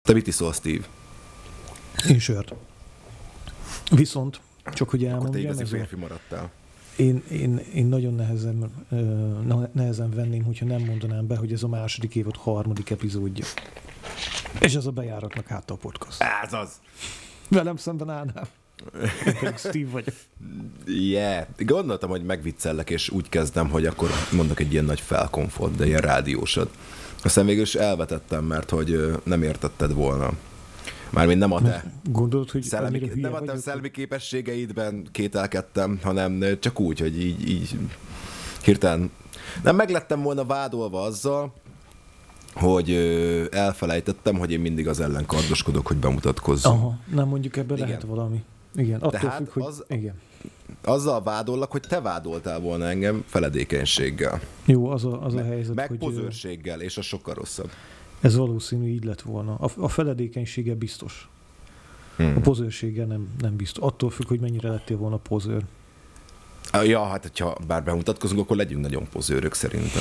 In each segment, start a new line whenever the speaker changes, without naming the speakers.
Te mit iszol, Steve?
Én sört. Viszont, csak hogy
Akkor te
elmondjam,
igazi férfi maradtál.
én nagyon nehezen venném, hogyha nem mondanám be, hogy ez a második évad harmadik epizódja. És ez a bejáratnak hát a podcast.
Ez az!
Velem szemben Ádám. Én pedig Steve vagyok.
Yeah. Gondoltam, hogy megviccellek, és úgy kezdem, hogy akkor mondok egy ilyen nagy felkonfot, de ilyen rádiósod. Aztán végül is elvetettem, mert hogy nem értetted volna. Mármint nem a te
Gondolod, hogy
nem a te szellemi képességeidben kételkedtem, hanem csak úgy, hogy így hirtelen nem meglettem volna vádolva azzal, hogy elfelejtettem, hogy én mindig az ellen kardoskodok, hogy bemutatkozzon.
Aha, nem mondjuk ebben lehet valami. Igen, attól
tehát
függ, hogy... Igen.
Azzal vádollak, hogy te vádoltál volna engem feledékenységgel.
Jó, az a helyzet,
meg
hogy...
pozőrséggel, és az sokkal rosszabb.
Ez valószínű, így lett volna. A feledékenysége biztos. A pozőrsége nem biztos. Attól függ, hogy mennyire lettél volna pozőr.
Ja, hát hogyha bár bemutatkozunk, akkor legyünk nagyon pozőrök szerintem.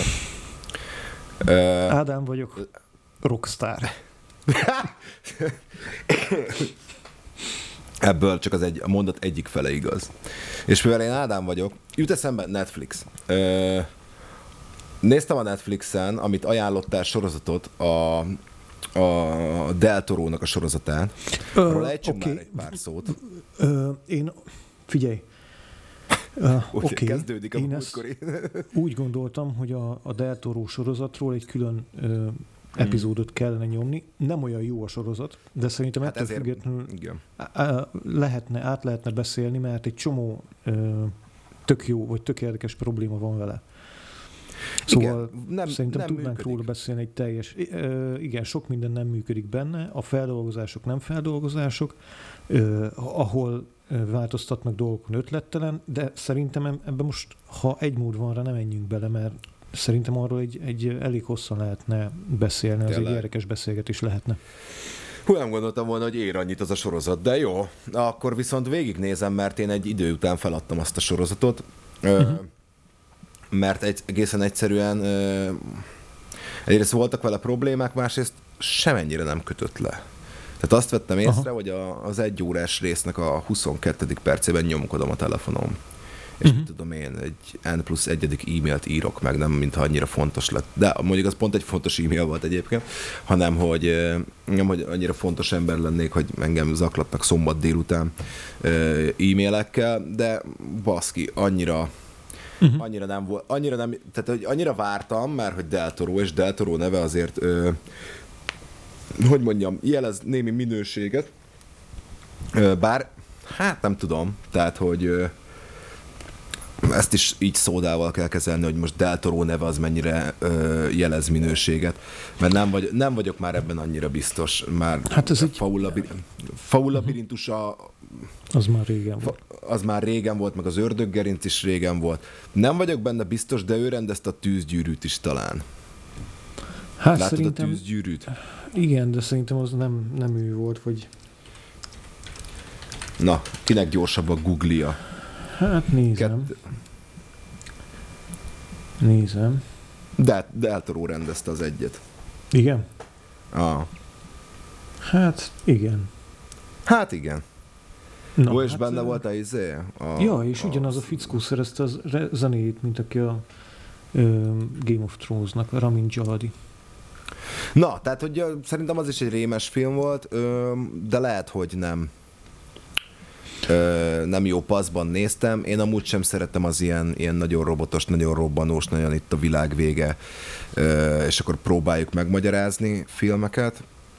Ádám vagyok, rockstar.
Ebből csak a mondat egyik fele igaz. És mivel én Ádám vagyok, jut eszembe Netflix. Néztem a Netflixen, amit ajánlottál sorozatot, a Del Torónak a sorozatán. Arról ejtsünk már egy pár szót.
Figyelj.
Okay. Kezdődik a
múltkori. Úgy gondoltam, hogy a Del Toro sorozatról egy külön epizódot kellene nyomni. Nem olyan jó a sorozat, de szerintem ettől függetlenül át lehetne beszélni, mert egy csomó tök jó, vagy tök érdekes probléma van vele. Szóval szerintem nem tudnánk róla beszélni egy teljes... Igen, sok minden nem működik benne, a feldolgozások nem feldolgozások, ahol változtatnak dolgokon ötlettelen, de szerintem ebben most, ha egy mód van rá, nem menjünk bele, mert szerintem arról egy elég hosszan lehetne beszélni, az egy érdekes beszélgetés lehetne.
Hú, nem gondoltam volna, hogy ér annyit az a sorozat, de jó. Akkor viszont végignézem, mert én egy idő után feladtam azt a sorozatot, mert egészen egyszerűen egyrészt voltak vele problémák, másrészt semennyire nem kötött le. Tehát azt vettem észre, hogy az 1 órás résznek a 22. percében nyomkodom a telefonom. És mit tudom én, egy N+1 e-mailt írok meg, nem mintha annyira fontos lett. De mondjuk az pont egy fontos e-mail volt egyébként, hanem hogy nem, hogy annyira fontos ember lennék, hogy engem zaklatnak szombat délután e-mailekkel, de baszki, annyira nem volt, tehát hogy annyira vártam, mert hogy Del Toro, és Del Toro neve azért, hogy mondjam, jelez némi minőséget, bár, hát nem tudom, tehát hogy ezt is így szódával kell kezelni, hogy most Del Toro neve az mennyire jelez minőséget, mert nem vagyok már ebben annyira biztos. Már
hát ez
Faul labirintusa
az már régen volt.
Az már régen volt, meg az ördöggerinc is régen volt. Nem vagyok benne biztos, de ő rendezte a Tűzgyűrűt is talán.
Hát
látod
szerintem,
a Tűzgyűrűt?
Igen, de szerintem az nem ő volt, vagy...
Na, kinek gyorsabb a Google-ja?
Hát nézem.
Del Toro rendezte az egyet.
Igen?
Hát
igen.
Na, és benne volt
és ugyanaz a fickó szerezte a zenéjét, mint aki a Game of Thrones-nak, a Ramin Djawadi.
Na, tehát hogy szerintem az is egy rémes film volt, de lehet, hogy nem jó paszban néztem. Én amúgy sem szeretem az ilyen nagyon robotos, nagyon robbanós, nagyon itt a világ vége, és akkor próbáljuk megmagyarázni filmeket.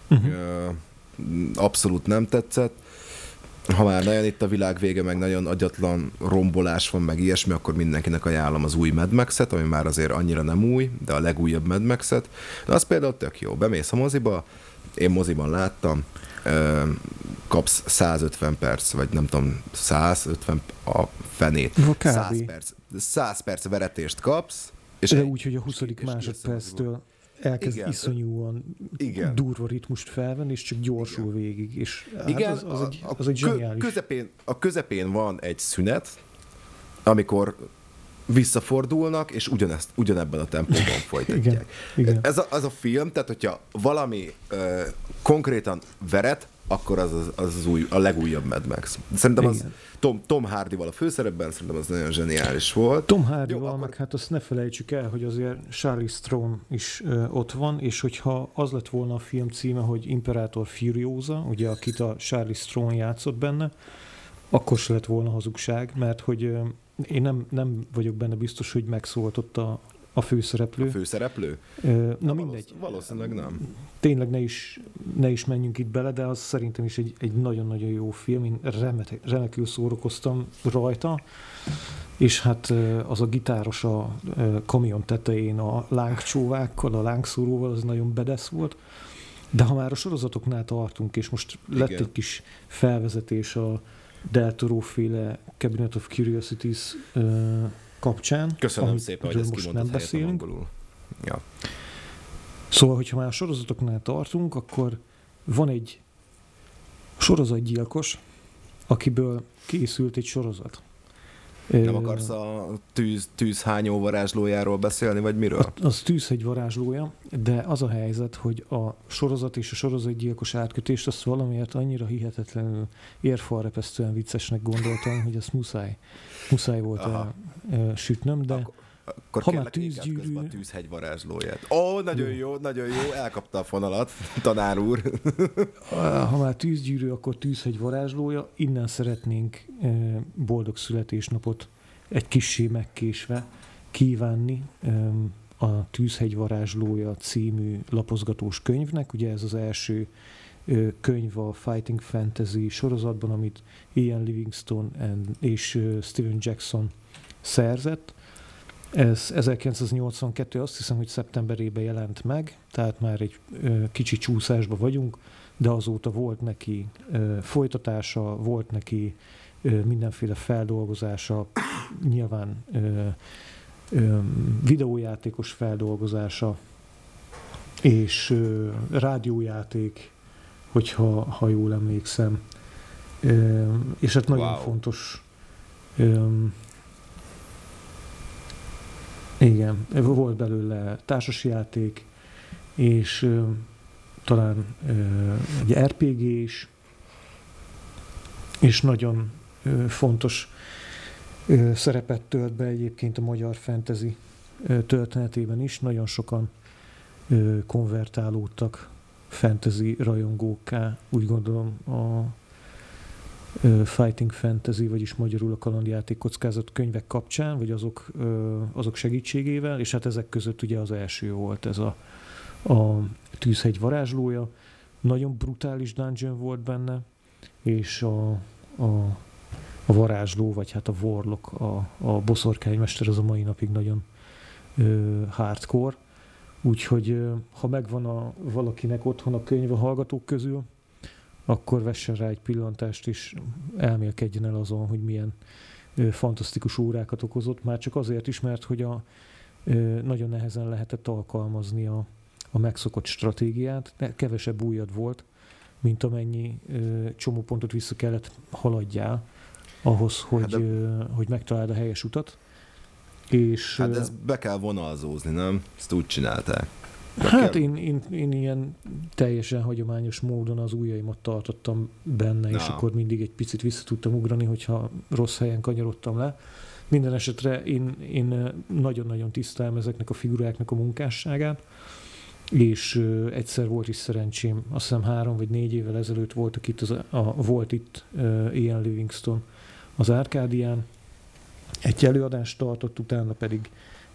Abszolút nem tetszett. Ha már nagyon itt a világ vége, meg nagyon agyatlan rombolás van, meg ilyesmi, akkor mindenkinek ajánlom az új Mad Max-et, ami már azért annyira nem új, de a legújabb Mad Max-et. De az például tök jó. Bemész a moziba, én moziban láttam, kapsz 150 perc, vagy nem tudom, 150 a fenét. 100 perc veretést kapsz. És
de úgy, hogy a 20. másodperctől elkezd iszonyúan durva ritmust felvenni, és csak gyorsul végig. És
igen,
az egy zseniális.
A közepén van egy szünet, amikor visszafordulnak, és ugyanebben a tempóban folytatják.
Igen.
Ez a film, tehát hogyha valami konkrétan veret, akkor az új, a legújabb Mad Max. Szerintem az Tom Hardy-val a főszerepben, szerintem az nagyon zseniális volt.
Tom Hardy-val, akkor... meg hát azt ne felejtsük el, hogy azért Charlize Theron is ott van, és hogyha az lett volna a film címe, hogy Imperator Furiosa, ugye akit a Charlize Theron játszott benne, akkor se lett volna hazugság, mert hogy én nem vagyok benne biztos, hogy megszólt ott a főszereplő.
A főszereplő?
Na mindegy.
Valószínűleg nem.
Tényleg ne is menjünk itt bele, de az szerintem is egy nagyon-nagyon jó film. Én remekül szórakoztam rajta, és hát az a gitáros a kamion tetején a lángcsóvákkal, a lángszóróval, az nagyon bedesz volt. De ha már a sorozatoknál tartunk, és most lett egy kis felvezetés a Del Toro-féle Cabinet of Curiosities kapcsán.
Köszönöm szépen, hogy ezt
most nem beszélünk.
Ja.
Szóval, hogyha már a sorozatoknál tartunk, akkor van egy sorozatgyilkos, akiből készült egy sorozat.
Nem akarsz a tűzhányó varázslójáról beszélni, vagy miről?
Az tűzhegy varázslója, de az a helyzet, hogy a sorozat és a sorozatgyilkos átkötést azt valamiért annyira hihetetlenül érfalrepesztően viccesnek gondoltam, hogy ezt muszáj volt sütnöm, de
akkor ha már tűzgyűrű... a tűzhegy varázslóját. Nagyon jó, elkapta a fonalat, tanár úr.
Ha már tűzgyűrű, akkor tűzhegy varázslója. Innen szeretnénk boldog születésnapot egy kissé megkésve kívánni a Tűzhegy varázslója című lapozgatós könyvnek. Ugye ez az első könyv a Fighting Fantasy sorozatban, amit Ian Livingstone és Steven Jackson szerzett. Ez 1982, azt hiszem, hogy szeptemberében jelent meg, tehát már egy kicsi csúszásban vagyunk, de azóta volt neki folytatása, volt neki mindenféle feldolgozása, nyilván videójátékos feldolgozása, és rádiójáték, ha jól emlékszem. És hát nagyon fontos... Igen, volt belőle társasjáték, és talán egy RPG is, és nagyon fontos szerepet tölt be egyébként a magyar fantasy történetében is. Nagyon sokan konvertálódtak fantasy rajongókká, úgy gondolom a Fighting Fantasy, vagyis magyarul a kalandjáték kockázat könyvek kapcsán, vagy azok segítségével, és hát ezek között ugye az első volt ez a Tűzhegy varázslója. Nagyon brutális dungeon volt benne, és a varázsló, vagy hát a warlock, a boszorkánymester az a mai napig nagyon hardcore. Úgyhogy ha megvan valakinek otthon a könyv a hallgatók közül, akkor vessen rá egy pillantást, és elmélkedjen el azon, hogy milyen fantasztikus órákat okozott. Már csak azért is, mert hogy nagyon nehezen lehetett alkalmazni a megszokott stratégiát. Kevesebb újad volt, mint amennyi csomópontot vissza kellett haladjál ahhoz, hogy megtaláld a helyes utat. És,
hát ezt be kell vonalzózni, nem? Ezt úgy csinálták.
Hát én ilyen teljesen hagyományos módon az ujjaimat tartottam benne, és akkor mindig egy picit vissza tudtam ugrani, hogyha rossz helyen kanyarodtam le. Minden esetre én nagyon-nagyon tisztelem ezeknek a figuráknak a munkásságát, és egyszer volt is szerencsém, azt hiszem 3 vagy 4 évvel ezelőtt volt itt Ian Livingstone az Árkádián, egy előadást tartott, utána pedig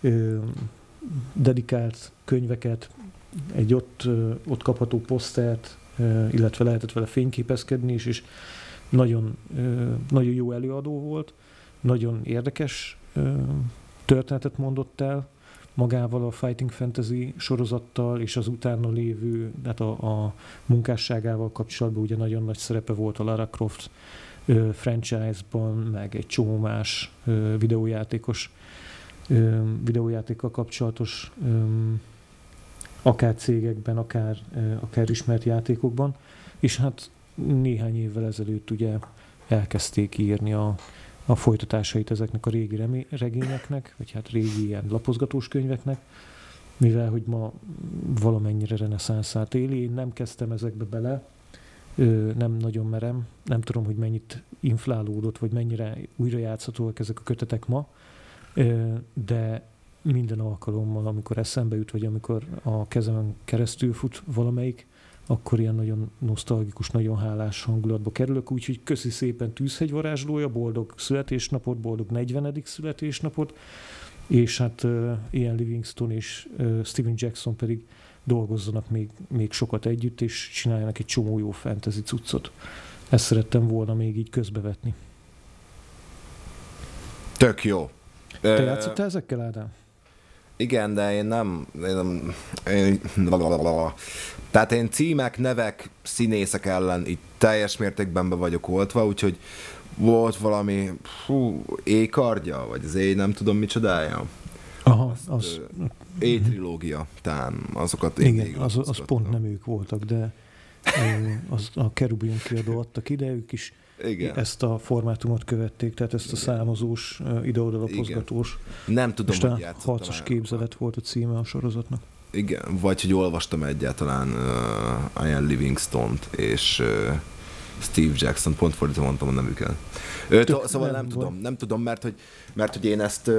dedikált könyveket, egy ott kapható posztert, illetve lehetett vele fényképezkedni is, és nagyon jó előadó volt, nagyon érdekes történetet mondott el magával a Fighting Fantasy sorozattal, és az utána lévő, hát a munkásságával kapcsolatban ugye nagyon nagy szerepe volt a Lara Croft franchise-ban, meg egy csomó más videójátékkal kapcsolatos akár cégekben, akár ismert játékokban, és hát néhány évvel ezelőtt ugye elkezdték írni a folytatásait ezeknek a régi regényeknek, vagy hát régi ilyen lapozgatós könyveknek, mivel hogy ma valamennyire reneszánszát éli. Én nem kezdtem ezekbe bele, nem nagyon merem, nem tudom, hogy mennyit inflálódott, vagy mennyire újrajátszhatóak ezek a kötetek ma, de minden alkalommal, amikor eszembe jut, vagy amikor a kezemen keresztül fut valamelyik, akkor ilyen nagyon nosztalgikus, nagyon hálás hangulatba kerülök, úgyhogy köszi szépen Tűzhegyvarázslója, boldog születésnapot, boldog 40. születésnapot, és hát Ian Livingstone és Steven Jackson pedig dolgozzanak még sokat együtt, és csináljanak egy csomó jó fantasy cuccot. Ezt szerettem volna még így közbevetni.
Tök jó.
Te játszottál ezekkel, Ádám?
Igen, de én nem tehát én címek, nevek, színészek ellen itt teljes mértékben be vagyok oltva, úgyhogy volt valami éjkardja, vagy az éj nem tudom micsodája.
Aha, az...
Éjtrilógia, talán azokat
én igen, az pont nem ők voltak, de a Kerubium kiadó adtak ide, ők is igen. Ezt a formátumot követték, tehát ezt a számozós, ide-oda lapozgatós.
Nem tudom, hogy játszottam.
Harcos képzelet volt a címe a sorozatnak.
Igen, vagy hogy olvastam egyáltalán Ian Livingstone-t és Steve Jackson, pont fordítva mondtam a nevüket. Szóval nem tudom, mert hogy én ezt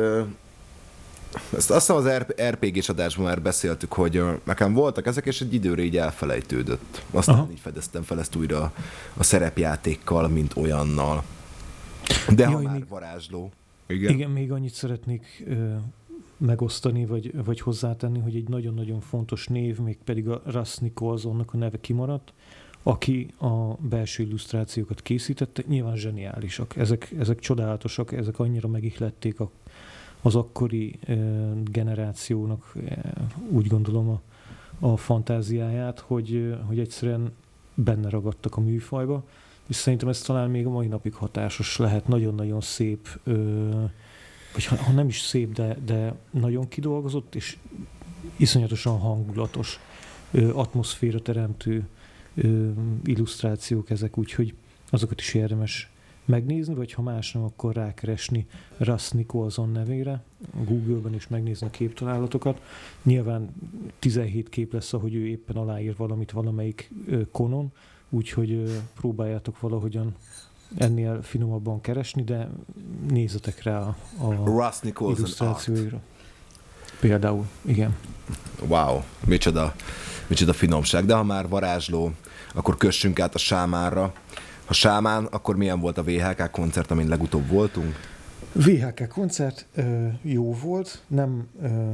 azt hiszem az RPG-s adásban már beszéltük, hogy nekem voltak ezek, és egy időre így elfelejtődött. Aztán így fedeztem fel ezt újra a szerepjátékkal, mint olyannal. De ha már varázsló.
Igen, még annyit szeretnék megosztani, vagy hozzátenni, hogy egy nagyon-nagyon fontos név, még pedig a Russ Nicholsonnak a neve kimaradt, aki a belső illusztrációkat készítette, nyilván zseniálisak. Ezek csodálatosak, ezek annyira megihlették az akkori generációnak, úgy gondolom, a fantáziáját, hogy egyszerűen benne ragadtak a műfajba, és szerintem ez talán még a mai napig hatásos lehet, nagyon-nagyon szép, vagy ha nem is szép, de nagyon kidolgozott, és iszonyatosan hangulatos, atmoszféra teremtő illusztrációk ezek, úgyhogy azokat is érdemes megnézni, vagy ha más nem, akkor rákeresni Russ Nicholson nevére, Google-ben is megnézni a képtalálatokat. Nyilván 17 kép lesz, ahogy ő éppen aláír valamit valamelyik konon, úgyhogy próbáljátok valahogyan ennél finomabban keresni, de nézzetek rá a illusztrációira. Például, igen.
Wow, micsoda finomság, de ha már varázsló, akkor kössünk át a sámánra. Ha sámán, akkor milyen volt a VHK koncert, amin legutóbb voltunk?
VHK koncert jó volt, nem,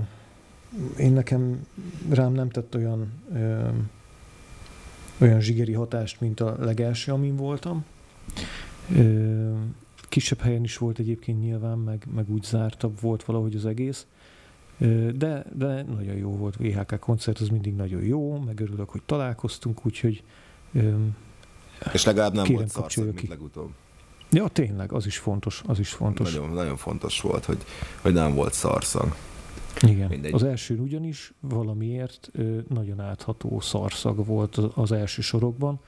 rám nem tett olyan zsigeri hatást, mint a legelső, amin voltam. Kisebb helyen is volt egyébként nyilván, meg úgy zártabb volt valahogy az egész. De nagyon jó volt. VHK koncert, az mindig nagyon jó, meg örülök, hogy találkoztunk, úgyhogy
és legalább nem volt szarszag, mint legutóbb.
Ja, tényleg, az is fontos.
Nagyon, nagyon fontos volt, hogy nem volt szarszag.
Igen. Mindegy. Az elsőn ugyanis valamiért nagyon átható szarszag volt az első sorokban.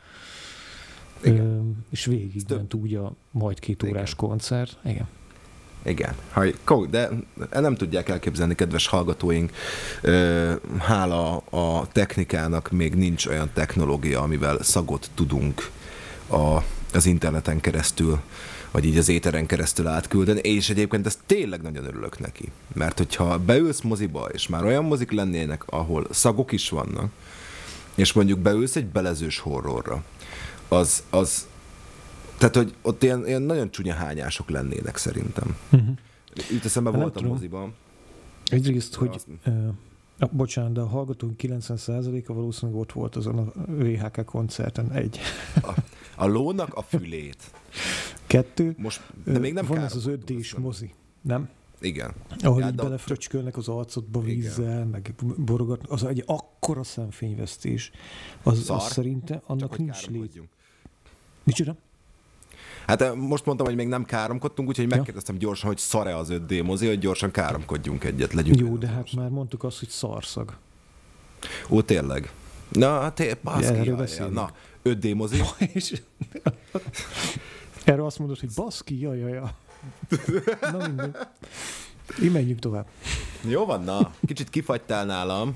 És végig ment úgy a majd 2 órás koncert.
Igen. De nem tudják elképzelni, kedves hallgatóink, hála a technikának még nincs olyan technológia, amivel szagot tudunk az interneten keresztül, vagy így az éteren keresztül átküldeni, és egyébként ezt tényleg nagyon örülök neki. Mert hogyha beülsz moziba, és már olyan mozik lennének, ahol szagok is vannak, és mondjuk beülsz egy belezős horrorra, az tehát, hogy ott ilyen nagyon csúnya hányások lennének szerintem. Itt eszembe voltam moziban.
Egyrészt, hogy bocsánat, de a hallgatók 90%-a valószínűleg ott volt azon a VHK koncerten.
A lónak a fülét.
2.
De még nem
van ez az 5D-s mozi, nem?
Igen.
Ahol így belefröcskölnek az arcodba vízzel, meg borogatnak. Az egy akkora szemfényvesztés. Az szerintem annak nincs lét. Micsoda?
Hát most mondtam, hogy még nem káromkodtunk, úgyhogy megkérdeztem gyorsan, hogy szar-e az 5D mozi, hogy gyorsan káromkodjunk egyet. Legyünk.
Jó, de hát már mondtuk azt, hogy szarszag.
Ó, tényleg. Na, hát baszki. Na, 5D mozi.
Erről azt mondod, hogy baszki, jaj. Na mindegy. Így menjünk tovább.
Jó van, na. Kicsit kifagytál nálam.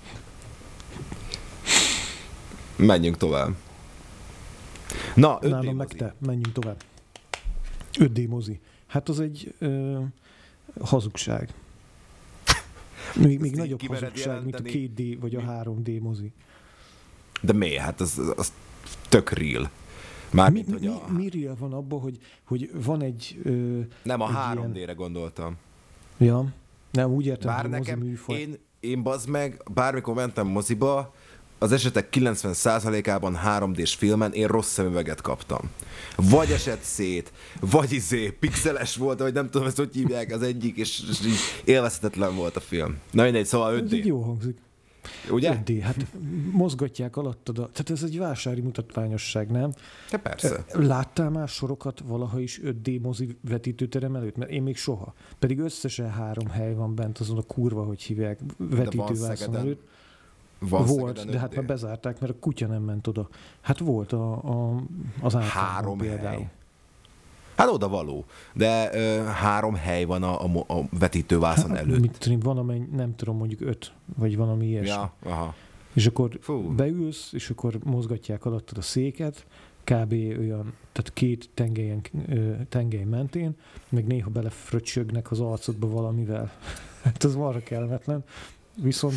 Menjünk tovább. Na, 5D
nálam meg te. Menjünk tovább. 5D mozi. Hát az egy hazugság. Még nagyobb hazugság, mint a 2D vagy a 3D mozi.
De miért? Hát az tök real.
Mi real van abban, hogy van egy...
nem, a 3D-re gondoltam.
Ja, nem, úgy értem,
bár
hogy
nekem,
mozi műfaj.
Én bazd meg, bármikor mentem moziba, az esetek 90%-ában 3D-s filmen én rossz szemüveget kaptam. Vagy esett szét, vagy pixeles volt, vagy nem tudom, ezt hogy hívják az egyik, és így élvezhetetlen volt a film. Na mindegy, szóval 5D.
Ez jó hangzik.
Ugye?
5D, hát mozgatják alattad tehát ez egy vásári mutatványosság, nem?
De persze.
Láttál már sorokat valaha is 5D mozi vetítőterem előtt? Mert én még soha. Pedig összesen 3 hely van bent azon a kurva, hogy hívják, vetítővászon előtt. Volt, de hát már bezárták, mert a kutya nem ment oda. Hát volt az
Árkádban például. Hát oda való, de 3 hely van a vetítővászon előtt.
Mit tudom, van amely, nem tudom, mondjuk 5, vagy valami ilyesmi.
Ja, aha.
És akkor beülsz, és akkor mozgatják alattad a széket, kb. Olyan, tehát 2 tengely mentén, meg néha belefröccsögnek az arcodba valamivel. Hát az marra kellemetlen. Viszont...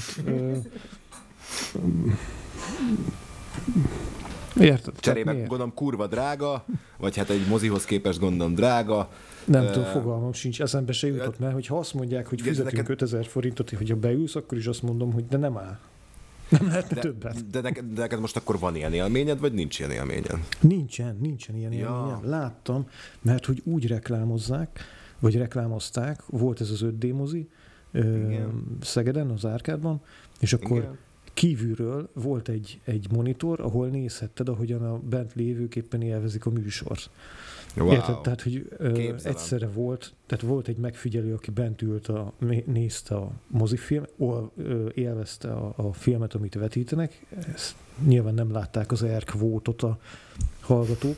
érted?
Cserébe gondolom kurva drága, vagy hát egy mozihoz képest gondolom drága.
Nem tudom, fogalmam sincs, eszembe se jutott, mert hogyha azt mondják, hogy fizetünk 5000 forintot, hogyha beülsz, akkor is azt mondom, hogy de nem áll. Nem lehetne többet.
De neked most akkor van ilyen élményed, vagy nincs ilyen élményed?
Nincsen ilyen élményem. Láttam, mert hogy úgy reklámozzák, vagy reklámozták, volt ez az 5D mozi Szegeden, az Árkádban, és akkor kívülről volt egy monitor, ahol nézhetted, ahogyan a bent lévők éppen élvezik a műsort.
Wow.
Érted? Tehát, hogy egyszerre volt, tehát volt egy megfigyelő, aki bent ült, nézte a mozifilm, élvezte a filmet, amit vetítenek. Ezt nyilván nem látták az air-quote-ot a hallgatók.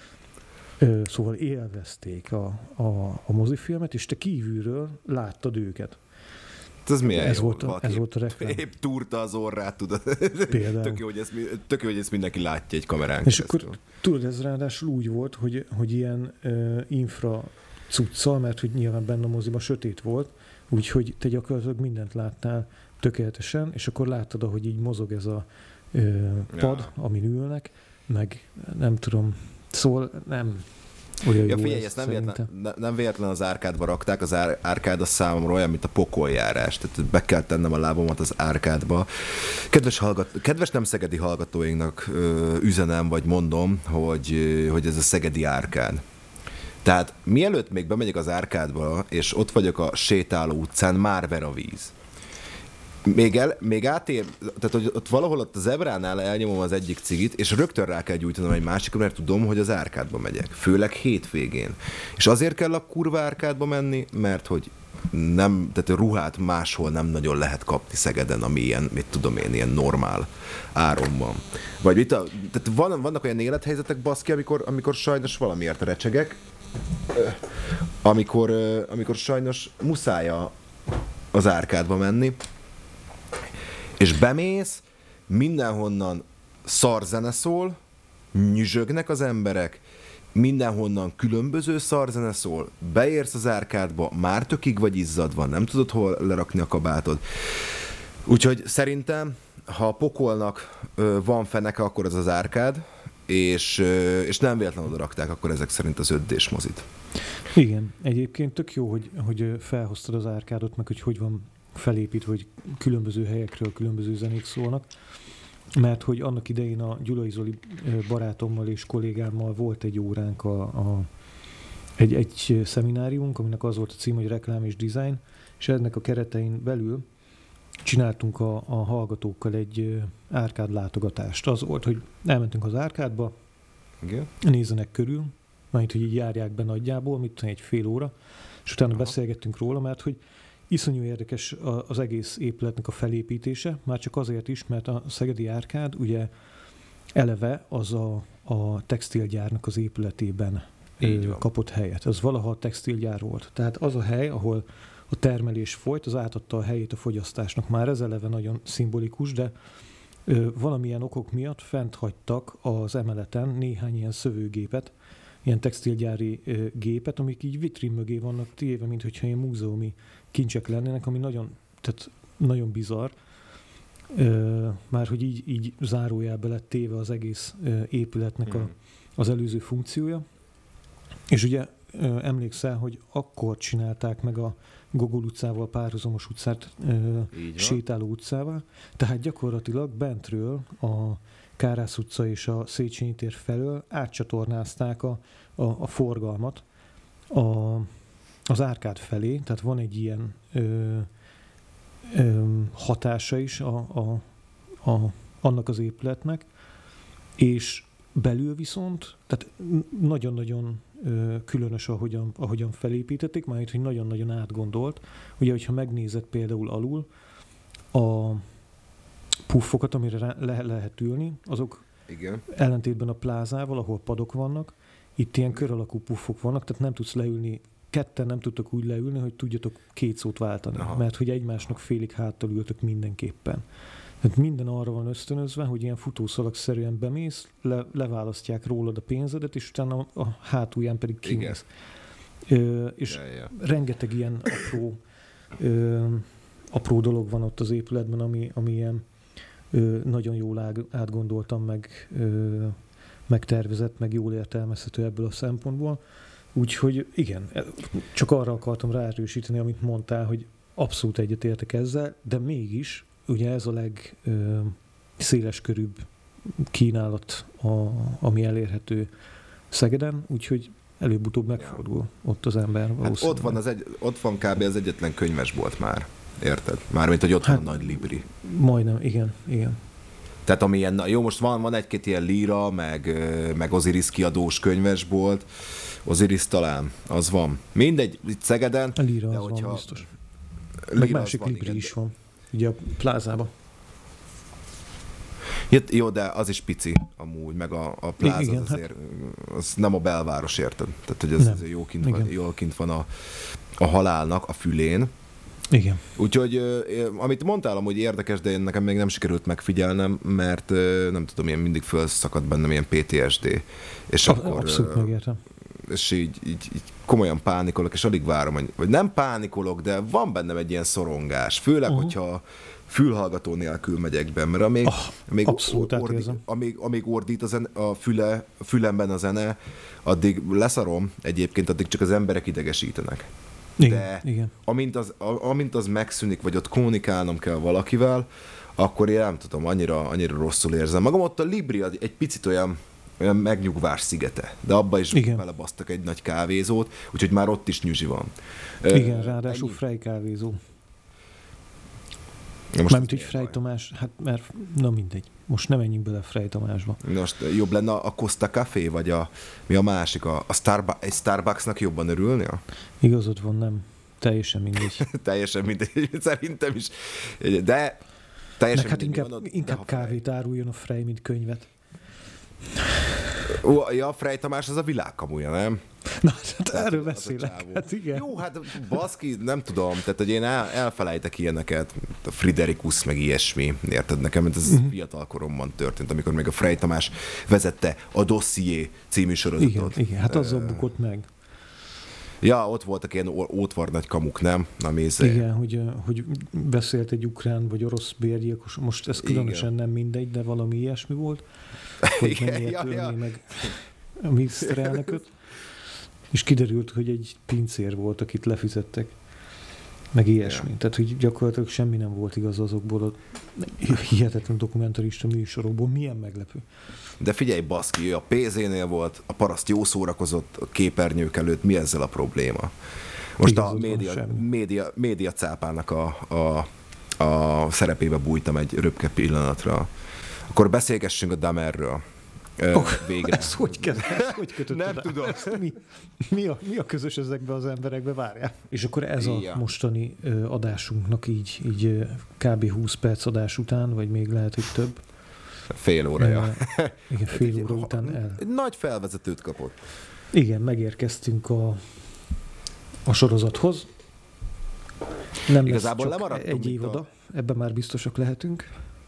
Szóval élvezték a mozifilmet, és te kívülről láttad őket.
Ez milyen
ez
jó,
volt a reklám.
Épp túrta az orrát, tudod.
Például.
Tök jó, hogy ezt mindenki látja egy kamerán
és
keresztül.
Akkor tudod, ez ráadásul úgy volt, hogy ilyen infra cuccal, mert hogy nyilván benne a moziba sötét volt, úgyhogy te gyakorlatilag mindent láttál tökéletesen, és akkor láttad, ahogy így mozog ez a pad, amin ülnek, meg nem tudom, szóval nem...
Ja, figyelj, ezt nem véletlen az árkádba rakták, az árkád a számomra olyan, mint a pokoljárás, tehát be kell tennem a lábamat az árkádba. Kedves nem szegedi hallgatóinknak üzenem, vagy mondom, hogy ez a szegedi árkád. Tehát mielőtt még bemegyek az árkádba, és ott vagyok a sétáló utcán, már ver a víz. Még átér, tehát hogy ott valahol ott az Ebránál elnyomom az egyik cigit, és rögtön rá kell gyújtanom egy másikra, mert tudom, hogy az árkádba megyek. Főleg hétvégén. És azért kell a kurva árkádba menni, mert hogy nem, tehát a ruhát máshol nem nagyon lehet kapni Szegeden, ami ilyen, mit tudom én, ilyen normál áron van. Vagy tehát vannak olyan élethelyzetek, baszki, amikor sajnos valamiért recsegek, amikor sajnos muszáj az árkádba menni, és bemész, mindenhonnan szarzene szól, nyüzsögnek az emberek, mindenhonnan különböző szarzene szól, beérsz az árkádba, már tökig vagy izzadva, nem tudod hol lerakni a kabátod. Úgyhogy szerintem, ha a pokolnak van feneke, akkor ez az árkád, és nem véletlenül oda rakták akkor ezek szerint az 5D-s mozit.
Igen, egyébként tök jó, hogy felhoztad az árkádot, meg hogy van felépítve, hogy különböző helyekről különböző zenék szólnak, mert hogy annak idején a Gyulai Zoli barátommal és kollégámmal volt egy óránk, egy szemináriumunk, aminek az volt a cím, hogy reklám és design, és ennek a keretein belül csináltunk a hallgatókkal egy árkád látogatást. Az volt, hogy elmentünk az árkádba, nézzenek körül, majd hogy így járják be nagyjából, mit tudom, egy fél óra, és utána beszélgettünk róla, mert hogy iszonyú érdekes az egész épületnek a felépítése, már csak azért is, mert a Szegedi Árkád ugye eleve az a textilgyárnak az épületében kapott helyet. Az valaha a textilgyár volt. Tehát az a hely, ahol a termelés folyt, az átadta a helyét a fogyasztásnak. Már ez eleve nagyon szimbolikus, de valamilyen okok miatt fent hagytak az emeleten néhány ilyen szövőgépet, ilyen textilgyári gépet, amik így vitrin mögé vannak téve, mint hogyha ilyen múzeumi kincsek lennének, ami nagyon bizarr. Már hogy így zárójelbe lett téve az egész épületnek az előző funkciója. És ugye emlékszel, hogy akkor csinálták meg a Gogol utcával párhuzamos utcát sétáló utcával, tehát gyakorlatilag bentről a Kárász utca és a Széchenyi tér felől átcsatornázták a forgalmat az Árkád felé, tehát van egy ilyen hatása is annak az épületnek, és belül viszont, tehát nagyon-nagyon különös, ahogyan felépítették, már hogy nagyon-nagyon átgondolt. Ugye, hogyha megnézed például alul a puffokat, amire lehet ülni, azok
igen.
Ellentétben a plázával, ahol padok vannak, itt ilyen kör alakú puffok vannak, tehát nem tudsz leülni, ketten nem tudtok úgy leülni, hogy tudjatok két szót váltani, mert hogy egymásnak félig háttal ültök mindenképpen. Tehát minden arra van ösztönözve, hogy ilyen futószalagszerűen bemész, leválasztják rólad a pénzedet, és utána a hátulján pedig kimész. És rengeteg ilyen apró dolog van ott az épületben, ami ilyen nagyon jól átgondoltam, meg tervezett, meg jól értelmezhető ebből a szempontból. Úgyhogy igen, csak arra akartam ráerősíteni, amit mondtál, hogy abszolút egyetértek ezzel, de mégis ugye ez a legszéleskörűbb kínálat, ami elérhető Szegeden, úgyhogy előbb-utóbb megfordul ott az ember valószínűleg.
Hát ott van kb. Az egyetlen könyvesbolt már, érted? Mármint, hogy ott van a nagy libri.
Majdnem, igen.
Tehát amilyen, jó, most van egy-két ilyen Líra, meg Osiris kiadós könyvesbolt, Osiris talán, az van. Mindegy, itt Szegeden.
A Líra az van, biztos. Meg másik libri is van, ugye a plázában.
Jó, de az is pici amúgy, meg a pláza igen, az azért, az nem a belváros, érted? Tehát, hogy ez jól kint van a halálnak a fülén.
Igen.
Úgyhogy, amit mondtál, hogy érdekes, de nekem még nem sikerült megfigyelnem, mert nem tudom, ilyen mindig fölszakadt bennem ilyen PTSD. És akkor,
abszolút megértem.
És így komolyan pánikolok, és alig várom, vagy nem pánikolok, de van bennem egy ilyen szorongás. Főleg, hogyha fülhallgató nélkül megyek be, mert amíg ordít a fülemben a zene, addig leszarom egyébként, addig csak az emberek idegesítenek. De
igen.
Amint az megszűnik, vagy ott kommunikálnom kell valakivel, akkor én nem tudom, annyira rosszul érzem. Magam ott a Libri egy picit olyan megnyugvás szigete, de abba is belebasztak egy nagy kávézót, úgyhogy már ott is nyüzsi van.
Igen, ráadásul Frey kávézó. Mármint, hogy Frey Tamás, hát mert, na mindegy, most nem menjünk bele Frey Tamásba.
Most jobb lenne a Costa Café, vagy mi a másik, egy Starbucksnak jobban örülnél?
Igazad van, nem. Teljesen mindegy.
Teljesen mindegy, szerintem is. De teljesen
hát inkább kávét áruljon a Frey, mint könyvet.
Ja, Frey Tamás az a világkamuja, nem?
Na, hát erről beszélek. Hát igen.
Jó, hát baszki, nem tudom, tehát hogy én elfelejtek ilyeneket, a Friderikus, meg ilyesmi, érted nekem, ez fiatal koromban történt, amikor még a Frey Tamás vezette a Dossier című sorozatot.
Igen, hát azzal bukott meg.
Ja, ott voltak ilyen ótvar nagy kamuk, nem?
Igen, hogy beszélt egy ukrán vagy orosz bérgyilkos, most ez különösen nem mindegy, de valami ilyesmi volt, hogy nem ért ölni meg a miniszterelnököt, és kiderült, hogy egy pincér volt, akit lefizettek, meg ilyesmi. Ja. Tehát, hogy gyakorlatilag semmi nem volt igaz azokból a hihetetlen dokumentarista műsorokból. Milyen meglepő.
De figyelj, baszki, a PZ-nél volt, a paraszt jó szórakozott a képernyők előtt, mi ezzel a probléma? Most igaz, a média cápának a szerepébe bújtam egy röpke pillanatra. Akkor beszélgessünk a Dahmerről. Végre.
Ez hogy kötötted?
Nem tudom.
Mi a közös ezekben az emberekben, várjál? És akkor ez a mostani adásunknak így kb. 20 perc adás után, vagy még lehet, hogy több.
Fél órája.
Igen, fél óra után el.
Egy nagy felvezetőt kapott.
Igen, megérkeztünk a sorozathoz. Nem
igazából
lesz csak egy évad, ebben már biztosak lehetünk.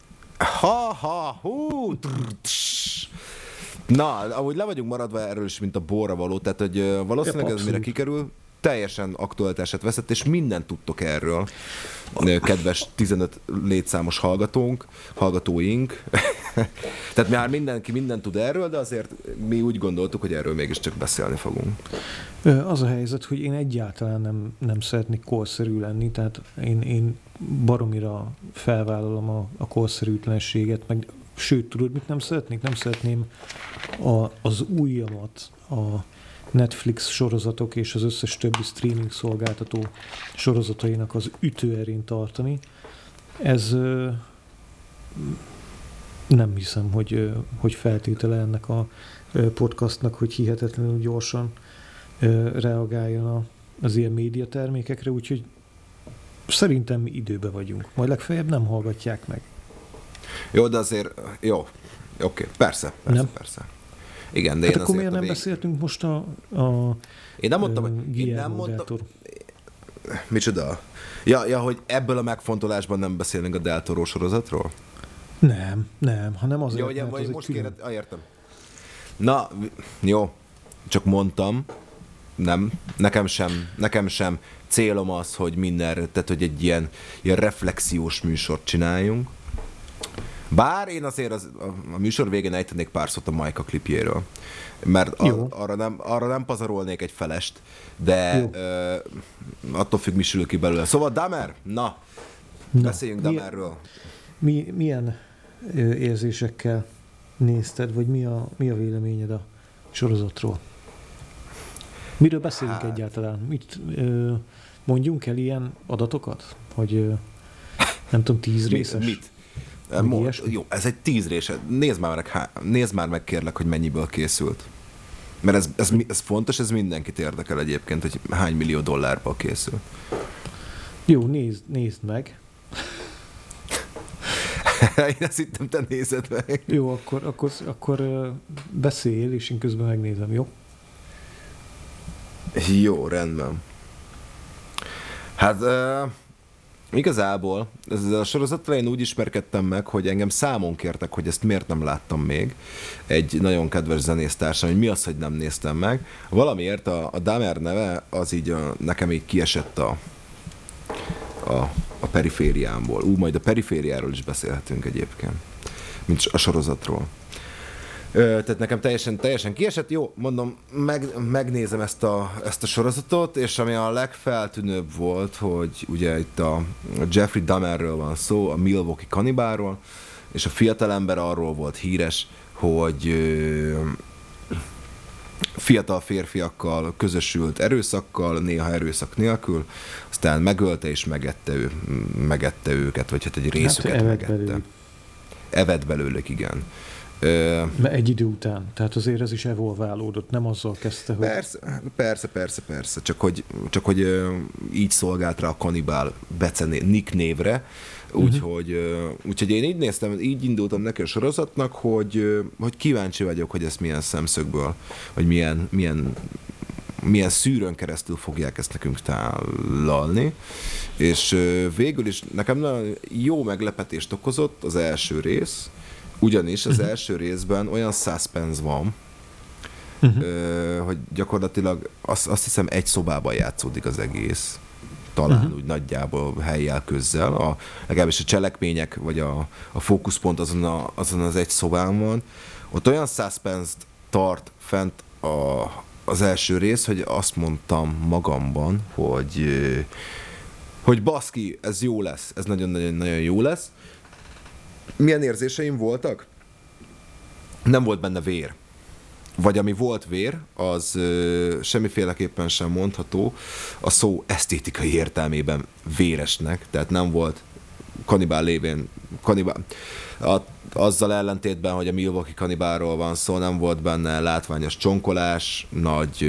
Na, ahogy le vagyunk maradva erről is, mint a borra való, tehát hogy valószínűleg ez mire kikerül, teljesen aktualitását veszett, és mindent tudtok erről, kedves 15 létszámos hallgatóink. Tehát már mindenki mindent tud erről, de azért mi úgy gondoltuk, hogy erről mégiscsak beszélni fogunk.
Az a helyzet, hogy én egyáltalán nem szeretnék korszerű lenni, tehát én baromira felvállalom a korszerűtlenséget, meg sőt, tudod, mit nem szeretnék? Nem szeretném az ujjamat a Netflix sorozatok és az összes többi streaming szolgáltató sorozatainak az ütőerén tartani. Ez nem hiszem, hogy feltétele ennek a podcastnak, hogy hihetetlenül gyorsan reagáljon az ilyen médiatermékekre, úgyhogy szerintem mi időben vagyunk. Majd legfeljebb nem hallgatják meg.
Jó, de azért, jó, oké, persze. Igen, de
hát
én
akkor miért nem beszéltünk most
én nem mondtam, micsoda? Ja, hogy ebből a megfontolásban nem beszélünk a Del Toro sorozatról?
Nem, hanem azért,
jó, mert az most külön... értem. Na, jó, csak mondtam, nem, nekem sem célom az, hogy mindenre, tehát hogy egy ilyen reflexiós műsort csináljunk. Bár én azért a műsor végén ejtenék pár szót a Majka klipjéről, mert arra nem pazarolnék egy felest, de attól függ, mi sül ki belőle. Szóval Dahmer, beszéljünk Dahmerről.
Milyen érzésekkel nézted, vagy mi a véleményed a sorozatról? Miről beszélünk egyáltalán? Mit mondjunk el ilyen adatokat? Hogy nem tudom, 10 részes?
Mit? Jó, ez egy 10 része. Nézd már meg kérlek, hogy mennyiből készült. Mert ez fontos, ez mindenkit érdekel egyébként, hogy hány millió dollárból készül.
Jó, nézd meg.
Én azt hittem, te nézed meg.
Jó, akkor beszélj, és én közben megnézem, jó?
Jó, rendben. Hát igazából ezzel a sorozattal én úgy ismerkedtem meg, hogy engem számon kértek, hogy ezt miért nem láttam még. Egy nagyon kedves zenésztársam, hogy mi az, hogy nem néztem meg. Valamiért a Dahmer neve az így nekem így kiesett a perifériámból. Majd a perifériáról is beszélhetünk egyébként, mint a sorozatról. Tehát nekem teljesen kiesett. Jó, mondom, megnézem ezt a sorozatot, és ami a legfeltűnőbb volt, hogy ugye itt a Jeffrey Dahmerről van szó, a Milwaukee kanibálról, és a fiatalember arról volt híres, hogy fiatal férfiakkal közösült erőszakkal, néha erőszak nélkül, aztán megölte és megette őket, vagy hát egy részüket megette. Evett belőlük, igen.
Egy idő után, tehát azért ez is evolválódott, nem azzal kezdte, hogy...
Persze, csak hogy így szolgált rá a kanibál Nick névre, úgyhogy én így néztem, így indultam neki a sorozatnak, hogy kíváncsi vagyok, hogy ezt milyen szemszögből, vagy milyen szűrőn keresztül fogják ezt nekünk tálalni, és végül is nekem nagyon jó meglepetést okozott az első rész, ugyanis az első részben olyan suspense van, hogy gyakorlatilag azt hiszem egy szobában játszódik az egész. Talán úgy nagyjából helyjel közzel. Legalábbis a cselekmények, vagy a fókuszpont azon az egy szobán van. Ott olyan suspense-t tart fent az első rész, hogy azt mondtam magamban, hogy baszki, ez jó lesz, ez nagyon-nagyon jó lesz. Milyen érzéseim voltak? Nem volt benne vér. Vagy ami volt vér, az semmiféleképpen sem mondható a szó esztétikai értelmében véresnek. Tehát nem volt kanibál lévén azzal ellentétben, hogy a Milwaukee kanibálról van szó, nem volt benne látványos csonkolás, nagy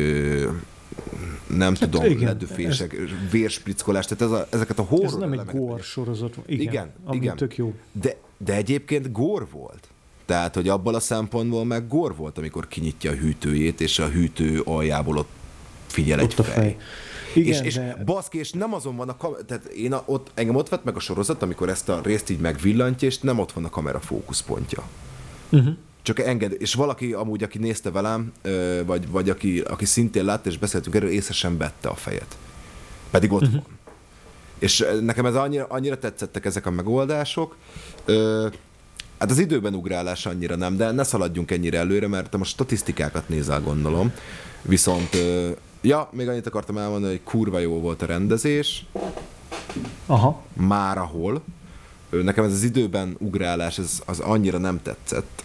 ledöfések, vérsprickolás, tehát ezeket a horror
ez nem egy gore sorozat, igen, ami tök jó.
De egyébként gore volt. Tehát, hogy abból a szempontból meg Gore volt, amikor kinyitja a hűtőjét, és a hűtő aljából ott figyel egy fej. Igen, és baszki, és nem azon van tehát engem ott vett meg a sorozat, amikor ezt a részt így megvillantja, és nem ott van a kamera fókuszpontja. Csak enged, és valaki amúgy, aki nézte velem, vagy aki szintén látta, és beszéltünk erről, észre sem vette a fejet. Pedig ott van. És nekem ez annyira tetszettek ezek a megoldások. Hát az időben ugrálás annyira nem, de ne szaladjunk ennyire előre, mert te most statisztikákat nézel, gondolom. Viszont, még annyit akartam elmondani, hogy kurva jó volt a rendezés.
Aha.
Már ahol. Nekem ez az időben ugrálás, az annyira nem tetszett.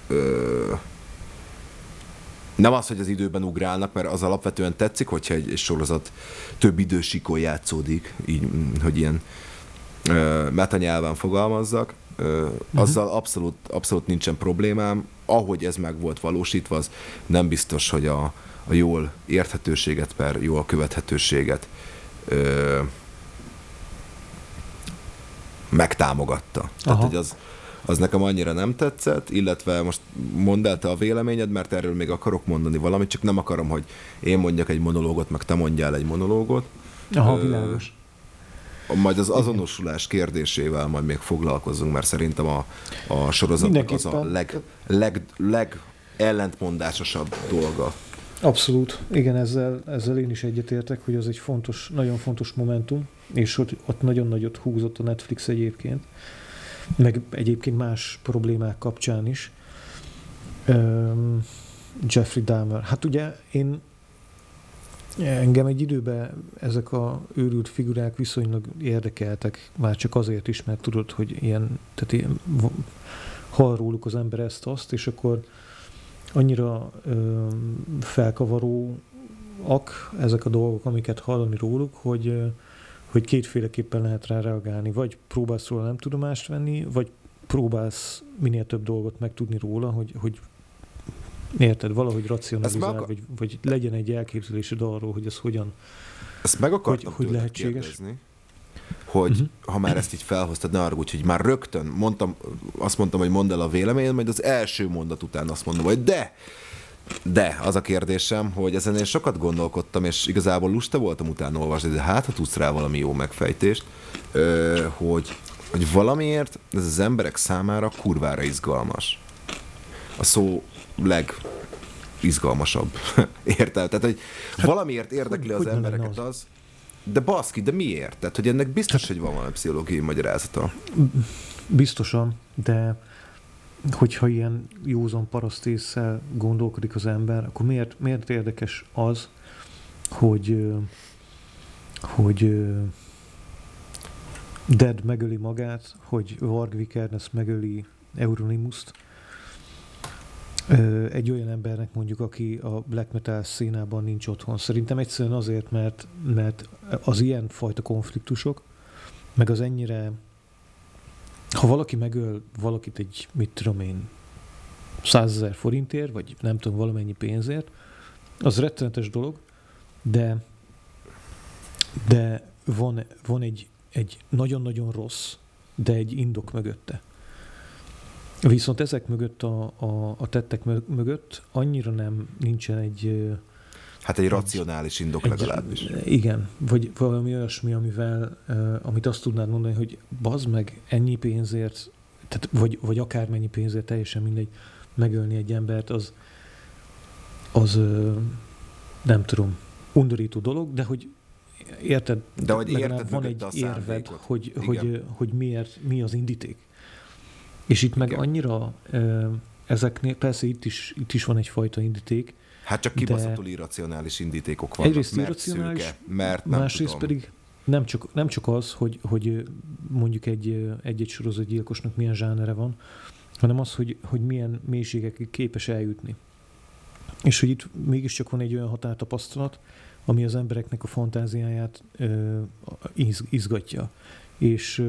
Nem az, hogy az időben ugrálnak, mert az alapvetően tetszik, hogyha egy sorozat több idősíkon játszódik, így, hogy ilyen metanyelven fogalmazzak. Azzal abszolút nincsen problémám. Ahogy ez meg volt valósítva, az nem biztos, hogy a jól érthetőséget per jól követhetőséget megtámogatta. Tehát, hogy az nekem annyira nem tetszett, illetve most mondd el te a véleményed, mert erről még akarok mondani valamit, csak nem akarom, hogy én mondjak egy monológot, meg te mondjál egy monológot.
Aha, világos.
Majd az azonosulás kérdésével majd még foglalkozzunk, mert szerintem a sorozatnak az a legellentmondásosabb dolga.
Abszolút. Igen, ezzel én is egyetértek, hogy az egy fontos, nagyon fontos momentum, és ott nagyon nagyot húzott a Netflix egyébként, meg egyébként más problémák kapcsán is. Jeffrey Dahmer. Hát ugye engem egy időben ezek a őrült figurák viszonylag érdekeltek, már csak azért is, mert tudod, hogy tehát hall róluk az ember ezt-azt, és akkor annyira felkavaróak ezek a dolgok, amiket hallani róluk, hogy kétféleképpen lehet rá reagálni. Vagy próbálsz róla nem tudomást venni, vagy próbálsz minél több dolgot megtudni róla, hogy érted, valahogy racionalizál, vagy legyen egy elképzelésed arról, hogy ez hogyan,
ezt meg akartam
hogy lehetséges.
Kérdezni, hogy ha már ezt így felhoztad, ne arra úgy, hogy már rögtön azt mondtam, hogy mondd el a véleményed, majd az első mondat után azt mondom, hogy de az a kérdésem, hogy ezen én sokat gondolkodtam, és igazából lusta voltam utána olvasni, de hát ha tudsz rá valami jó megfejtést, hogy valamiért ez az emberek számára kurvára izgalmas. A szó legizgalmasabb. Érted? Tehát, hogy valamiért érdekli az embereket az, de baszki, de miért? Tehát, hogy ennek biztos, hogy van valami pszichológiai magyarázata.
Biztosan, de hogyha ilyen józan parasztésszel gondolkodik az ember, akkor miért érdekes az, hogy Dead megöli magát, hogy Varg Vikernes megöli Euronymous-t, egy olyan embernek mondjuk, aki a black metal színában nincs otthon. Szerintem egyszerűen azért, mert az ilyen fajta konfliktusok, meg az ennyire, ha valaki megöl valakit egy, 100 000 forintért, vagy nem tudom, valamennyi pénzért, az rettenetes dolog, de van egy nagyon-nagyon rossz, de egy indok mögötte. Viszont ezek mögött a tettek mögött annyira nincsen egy...
Hát egy racionális indok legalábbis.
Igen, vagy valami olyasmi, amit azt tudnád mondani, hogy bazd meg ennyi pénzért, tehát vagy akármennyi pénzért, teljesen mindegy, megölni egy embert, az nem tudom, undorító dolog, de hogy érted,
de hogy érted
van egy érved, hogy mi az indíték. És itt meg annyira ezeknél, persze itt is van egyfajta indíték. Hát csak
kibaszottul irracionális indítékok vannak.
Egyrészt irracionális,
szőke, mert nem
másrészt
tudom.
pedig nem csak az, hogy mondjuk egy sorozatgyilkosnak milyen zsánere van, hanem az, hogy milyen mélységekig képes eljutni. És hogy itt mégiscsak van egy olyan határtapasztalat, ami az embereknek a fantáziáját izgatja. És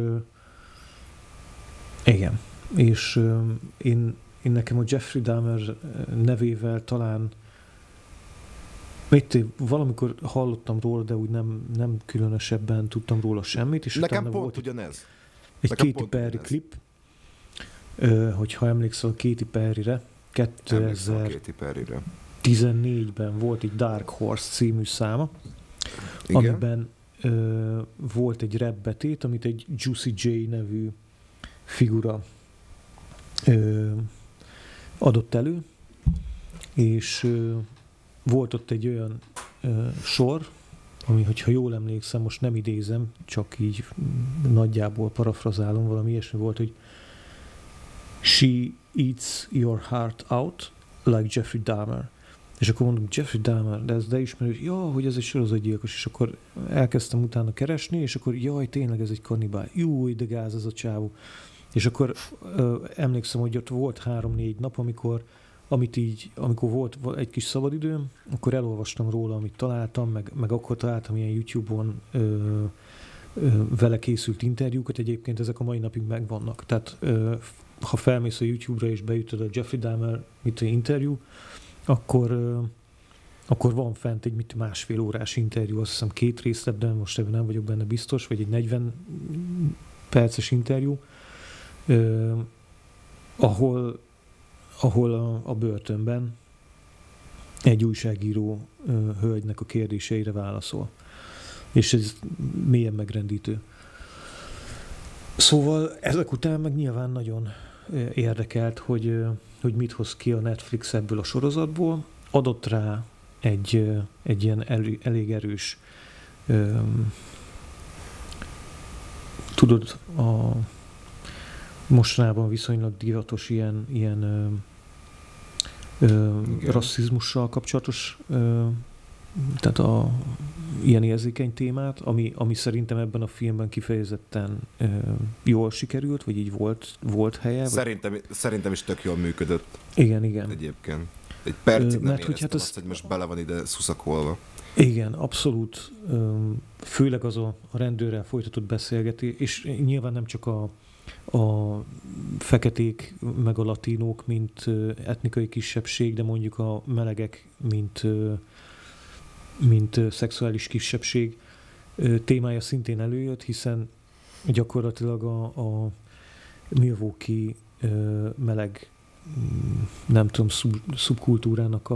igen. És én nekem a Jeffrey Dahmer nevével talán valamikor hallottam róla, de úgy nem különösebben tudtam róla semmit. És
nekem pont ugyanez.
Egy Katy Perry klip, hogyha emlékszel a Katy Perryre, 2014-ben volt egy Dark Horse című száma, igen, amiben volt egy rap betét, amit egy Juicy J nevű figura adott elő, és volt ott egy olyan sor, ami, hogyha jól emlékszem, most nem idézem, csak így nagyjából parafrazálom, valami ilyesmi volt, hogy She eats your heart out like Jeffrey Dahmer. És akkor mondom, Jeffrey Dahmer, de ismerős, hogy ez egy sorozatgyilkos, és akkor elkezdtem utána keresni, és akkor jaj, tényleg ez egy kannibál, jó, de gáz ez a csávó. És akkor emlékszem, hogy ott volt 3-4 nap, amikor volt egy kis szabadidőm, akkor elolvastam róla, amit találtam, meg akkor találtam ilyen YouTube-on vele készült interjúkat, egyébként ezek a mai napig megvannak. Tehát ha felmész a YouTube-ra és beütöd a Jeffrey Dahmer interjú, akkor van fent egy 1,5 órás interjú, azt hiszem 2 részlet, de most ebben nem vagyok benne biztos, vagy egy 40 perces interjú, ahol a börtönben egy újságíró hölgynek a kérdéseire válaszol. És ez mélyen megrendítő. Szóval ezek után meg nyilván nagyon érdekelt, hogy mit hoz ki a Netflix ebből a sorozatból. Adott rá egy ilyen elég erős tudod, a mostanában viszonylag divatos ilyen rasszizmussal kapcsolatos tehát ilyen érzékeny témát, ami szerintem ebben a filmben kifejezetten jól sikerült, vagy így volt helye.
Szerintem is tök jól működött.
Igen.
Egyébként. Egy percig nem éreztem azt, hogy most bele van ide szuszakolva.
Igen, abszolút. Főleg az a rendőrrel folytatott beszélgetés, és nyilván nem csak a feketék, meg a latinók, mint etnikai kisebbség, de mondjuk a melegek, mint szexuális kisebbség témája szintén előjött, hiszen gyakorlatilag a Milwaukee meleg, nem tudom, szubkultúrának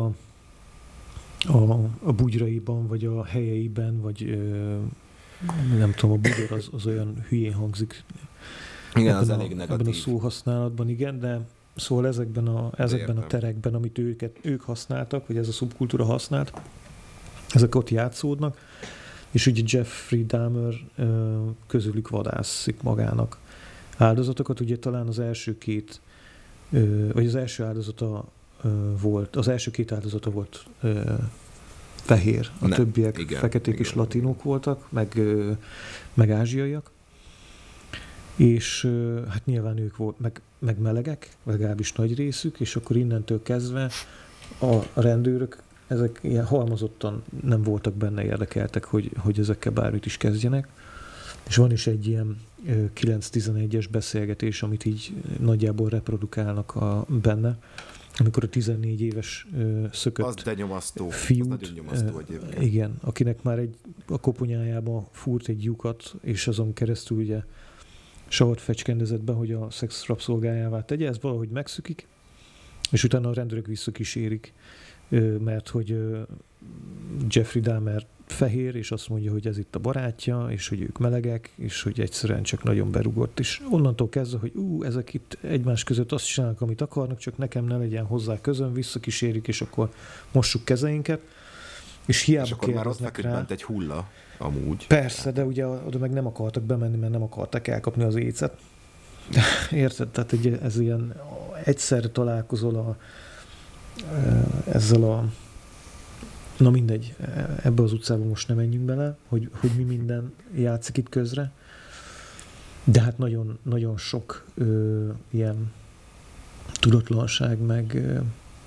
a bugyraiban, vagy a helyeiben, vagy nem tudom, a bugyor az olyan hülyén hangzik.
Igen, az elég negatív.
Ebben a szóhasználatban, igen, de szóval ezekben a terekben, amit ők használtak, vagy ez a szubkultúra használt, ezek ott játszódnak, és ugye Jeffrey Dahmer közülük vadászik magának áldozatokat. Ugye talán az első két, vagy az első áldozata volt, az első 2 áldozata volt fehér, a többiek igen, feketék igen. És latinok voltak, meg ázsiaiak. És hát nyilván ők volt, meg melegek, legalábbis nagy részük, és akkor innentől kezdve a rendőrök ezek ilyen halmozottan nem voltak benne érdekeltek, hogy ezekkel bármit is kezdjenek. És van is egy ilyen 9-11-es beszélgetés, amit így nagyjából reprodukálnak benne, amikor a 14 éves szökött fiút,
az nagyon nyomasztó egyébként.
Igen, akinek már a koponyájába fúrt egy lyukat, és azon keresztül ugye savart fecskendezett be, hogy a szex rabszolgájává tegye, ez valahogy megszökik, és utána a rendőrök visszakísérik, mert hogy Jeffrey Dahmer fehér, és azt mondja, hogy ez itt a barátja, és hogy ők melegek, és hogy egyszerűen csak nagyon berugott, és onnantól kezdve, hogy ezek itt egymás között azt csinálnak, amit akarnak, csak nekem ne legyen hozzá közön, visszakísérik, és akkor mossuk kezeinket, és hiába
és akkor már ott feküdt bent egy hulla, amúgy.
Persze, de ugye oda meg nem akartak bemenni, mert nem akartak elkapni az écet. Érted? Tehát ez ilyen egyszerre találkozol ezzel a na mindegy, ebbe az utcába most nem menjünk bele, hogy mi minden játszik itt közre, de hát nagyon, nagyon sok ilyen tudatlanság, meg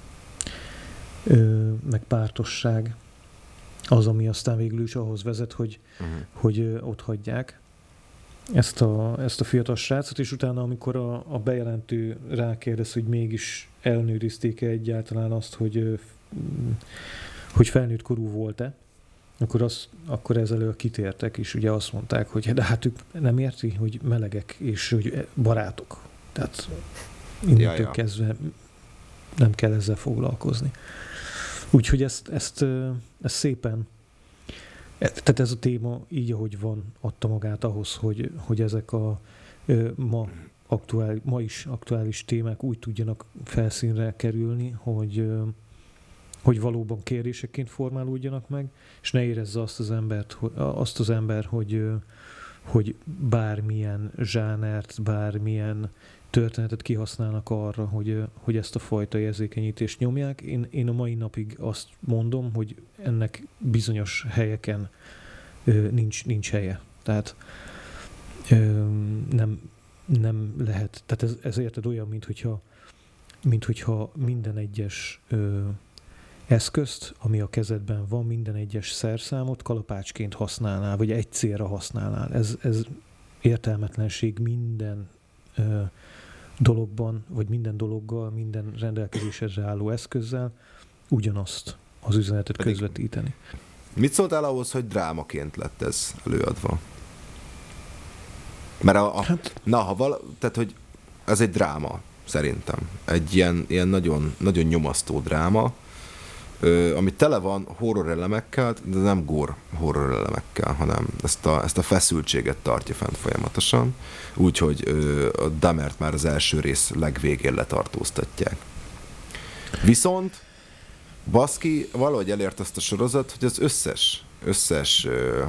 pártosság az, ami aztán végül is ahhoz vezet, hogy ott hagyják ezt a fiatal srácot, és utána, amikor a bejelentő rákérdez, hogy mégis ellenőrizték-e egyáltalán azt, hogy felnőtt korú volt-e, akkor ezzel kitértek, és ugye azt mondták, hogy de hát ők nem érti, hogy melegek, és hogy barátok. Tehát innentől kezdve nem kell ezzel foglalkozni. Úgyhogy ezt szépen, tehát ez a téma így, ahogy van, adta magát ahhoz, hogy ezek a ma is aktuális témák úgy tudjanak felszínre kerülni, hogy valóban kérdéseként formálódjanak meg, és ne érezze azt az ember, hogy bármilyen zsánert, bármilyen történetet kihasználnak arra, hogy ezt a fajta érzékenyítést nyomják. Én a mai napig azt mondom, hogy ennek bizonyos helyeken nincs helye. Tehát nem lehet. Tehát ez érted olyan, minthogyha minden egyes eszközt, ami a kezedben van, minden egyes szerszámot kalapácsként használnál, vagy egy célra használnál. Ez értelmetlenség minden dologban, vagy minden dologgal, minden rendelkezésre álló eszközzel ugyanazt az üzenetet közvetíteni.
Mit szóltál ahhoz, hogy drámaként lett ez előadva? Mert tehát, hogy ez egy dráma, szerintem. Egy ilyen nagyon, nagyon nyomasztó dráma, ami tele van horror elemekkel, de nem gore horror elemekkel, hanem ezt a feszültséget tartja fent folyamatosan, úgyhogy a Dahmert már az első rész legvégén letartóztatják. Viszont baszki valahogy elért azt a sorozat, hogy az összes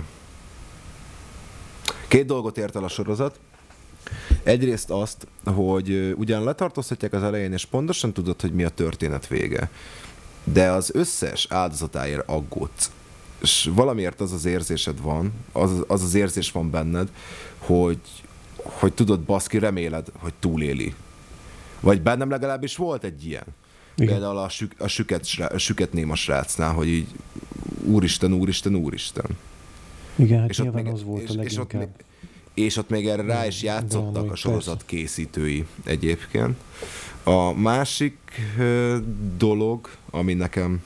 két dolgot ért el a sorozat. Egyrészt azt, hogy ugyan letartóztatják az elején, és pontosan tudod, hogy mi a történet vége, de az összes áldozatáért aggódsz. És valamiért az az érzésed van, az érzés van benned, hogy tudod, baszki, reméled, hogy túléli. Vagy bennem legalábbis volt egy ilyen. Igen. Például a süket néma srácnál, hogy így úristen.
Igen, hát és nyilván az volt a leginkább.
És ott még erre rá is játszottak a sorozat készítői egyébként. A másik dolog, ami nekem,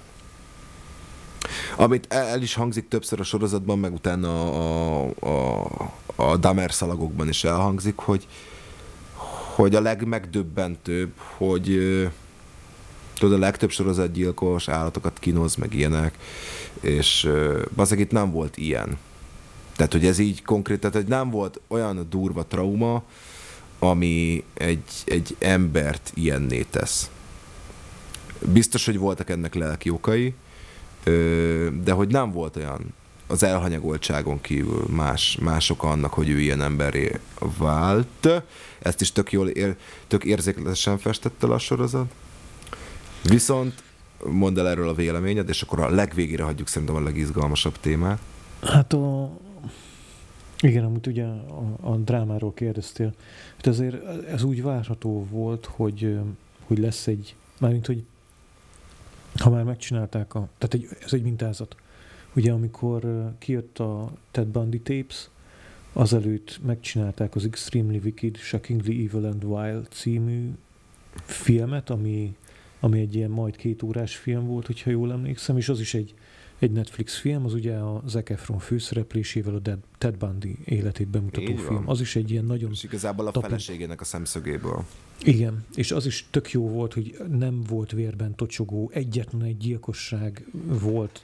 amit el is hangzik többször a sorozatban, meg utána a Dahmer szalagokban is elhangzik, hogy a legmegdöbbentőbb, hogy tudod, a legtöbb sorozatgyilkos állatokat kínoz, meg ilyenek, és bazdmeg itt nem volt ilyen. Tehát, hogy ez így konkrét, tehát, hogy nem volt olyan durva trauma, ami egy embert ilyenné tesz. Biztos, hogy voltak ennek lelki okai, de hogy nem volt olyan az elhanyagoltságon kívül más oka annak, hogy ő ilyen emberré vált. Ezt is tök érzékelesen festette le a sorozat. Viszont mondd el erről a véleményed, és akkor a legvégére hagyjuk szerintem a legizgalmasabb témát.
Hát igen, amit ugye a drámáról kérdeztél. Hát azért ez úgy várható volt, hogy lesz mármint, hogy ha már megcsinálták tehát ez egy mintázat. Ugye amikor kijött a Ted Bundy Tapes, azelőtt megcsinálták az Extremely Wicked, Shockingly Evil and Wild című filmet, ami egy ilyen majd 2 órás film volt, hogyha jól emlékszem, és az is egy Netflix film, az ugye a Zac Efron főszereplésével a Ted Bundy életét bemutató film. Az is egy ilyen nagyon...
És igazából a feleségének a szemszögéből.
Igen, és az is tök jó volt, hogy nem volt vérben tocsogó, egyetlen egy gyilkosság volt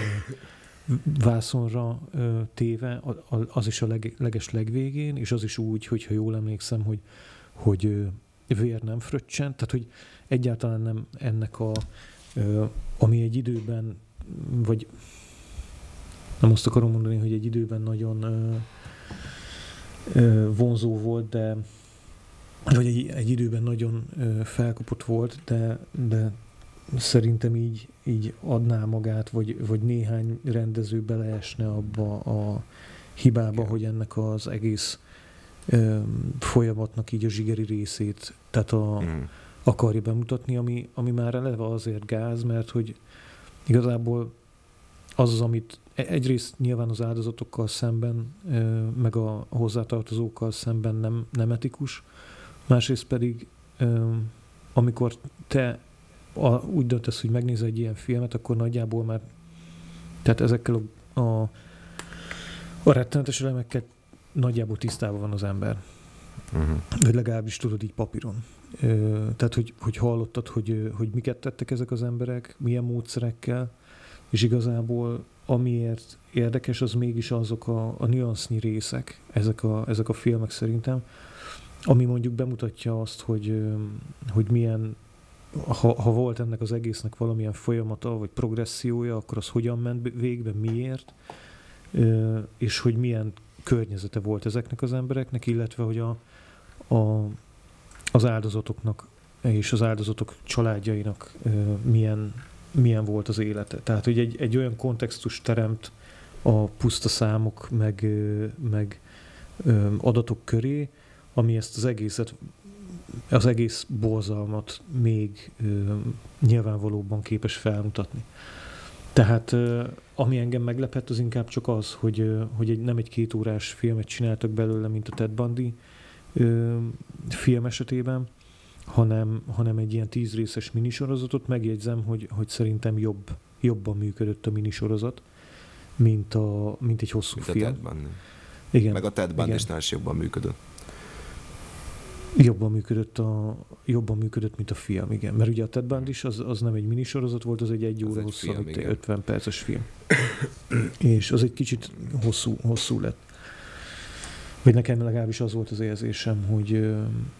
vászonra téve, az is a legvégén, és az is úgy, hogyha jól emlékszem, hogy vér nem fröccsent, tehát hogy egyáltalán nem ennek ami egy időben, vagy nem azt akarom mondani, hogy egy időben nagyon vonzó volt, de vagy egy időben nagyon felkapott volt, de szerintem így adná magát, vagy néhány rendező beleesne abba a hibába, hogy ennek az egész folyamatnak így a zsigeri részét, tehát akarja bemutatni, ami már eleve azért gáz, mert hogy igazából az, amit egyrészt nyilván az áldozatokkal szemben, meg a hozzátartozókkal szemben nem etikus, másrészt pedig amikor te úgy döntesz, hogy megnézel egy ilyen filmet, akkor nagyjából már tehát ezekkel a rettenetes elemekkel nagyjából tisztában van az ember. Vagy legalábbis tudod így papíron. tehát hogy hallottad, hogy miket tettek ezek az emberek, milyen módszerekkel, és igazából amiért érdekes, az mégis azok a nüansznyi részek, ezek a filmek szerintem, ami mondjuk bemutatja azt, hogy milyen, ha volt ennek az egésznek valamilyen folyamata, vagy progressziója, akkor az hogyan ment végbe, miért, és hogy milyen környezete volt ezeknek az embereknek, illetve hogy az áldozatoknak és az áldozatok családjainak milyen volt az élete. Tehát, hogy egy olyan kontextus teremt a puszta számok meg adatok köré, ami ezt az egész borzalmat még nyilvánvalóban képes felmutatni. Tehát ami engem meglepett, az inkább csak az, hogy nem egy 2 órás filmet csináltak belőle, mint a Ted Bundy film esetében, hanem egy ilyen 10 részes minisorozatot. Megjegyzem, hogy szerintem jobban működött a minisorozat, mint egy hosszú film.
A Ted Bundy.
Igen.
Meg a Ted Bundy-snál is jobban működött.
Jobban működött, mint a film, igen. Mert ugye a Ted Bundy is az nem egy minisorozat volt, az egy 1 óra hosszú, 50 perces film. És az egy kicsit hosszú lett. Vagy nekem legalábbis az volt az érzésem, hogy...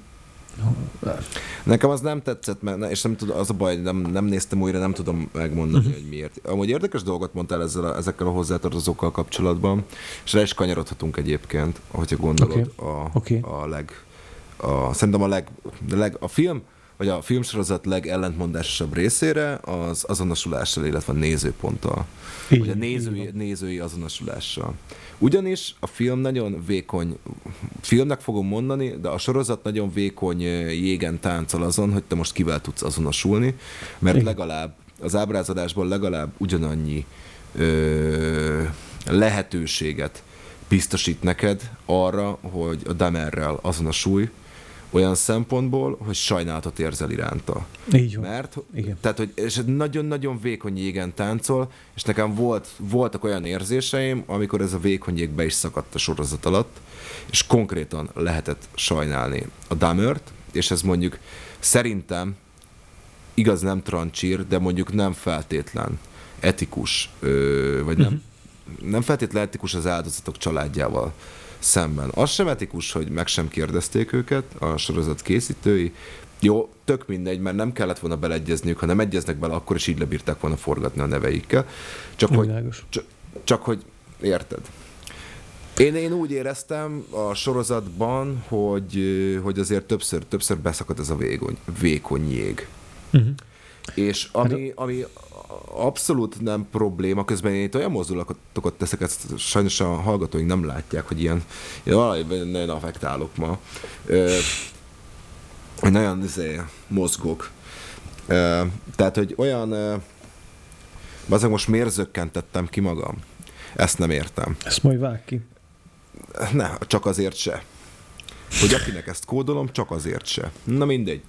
Nekem az nem tetszett, és nem tudom, az a baj, nem néztem újra, nem tudom megmondani, hogy miért. Amúgy érdekes dolgot mondtál ezekkel a hozzátartozókkal kapcsolatban, és rá is kanyarodhatunk egyébként, ahogyha gondolod, szerintem a film, vagy a filmsorozat legellentmondásosabb részére az azonosulással, illetve a nézőponttal. Vagy a nézői azonosulással. Ugyanis a film nagyon vékony, filmnek fogom mondani, de a sorozat nagyon vékony jégen táncol azon, hogy te most kivel tudsz azonosulni, mert legalább az ábrázolásból legalább ugyanannyi lehetőséget biztosít neked arra, hogy a Dahmerrel azonosulj, olyan szempontból, hogy sajnálatot érzel iránta.
Így van.
Mert, tehát, hogy és nagyon-nagyon vékony jégen táncol, és nekem voltak olyan érzéseim, amikor ez a vékony jég be is szakadt a sorozat alatt, és konkrétan lehetett sajnálni a Dahmert, és ez mondjuk szerintem igaz, nem trancsír, de mondjuk nem feltétlen etikus, vagy nem feltétlen etikus az áldozatok családjával szemben. Az sem etikus, hogy meg sem kérdezték őket, a sorozat készítői. Jó, tök mindegy, mert nem kellett volna beleegyezniük, ha nem egyeznek bele, akkor is így lebírták volna forgatni a neveikkel. Csak hogy érted. Én úgy éreztem a sorozatban, hogy azért többször beszakadt ez a vékony jég. És ami abszolút nem probléma, közben én itt olyan mozdulatokat teszek, ezt sajnos a hallgatóink nem látják, hogy ilyen nagyon affektálok ma. Nagyon mozgok. Tehát, hogy olyan azok most miért zökkentettem ki magam? Ezt nem értem.
Ezt majd vág ki.
Ne, csak azért se. Hogy akinek ezt kódolom, csak azért se. Na mindegy.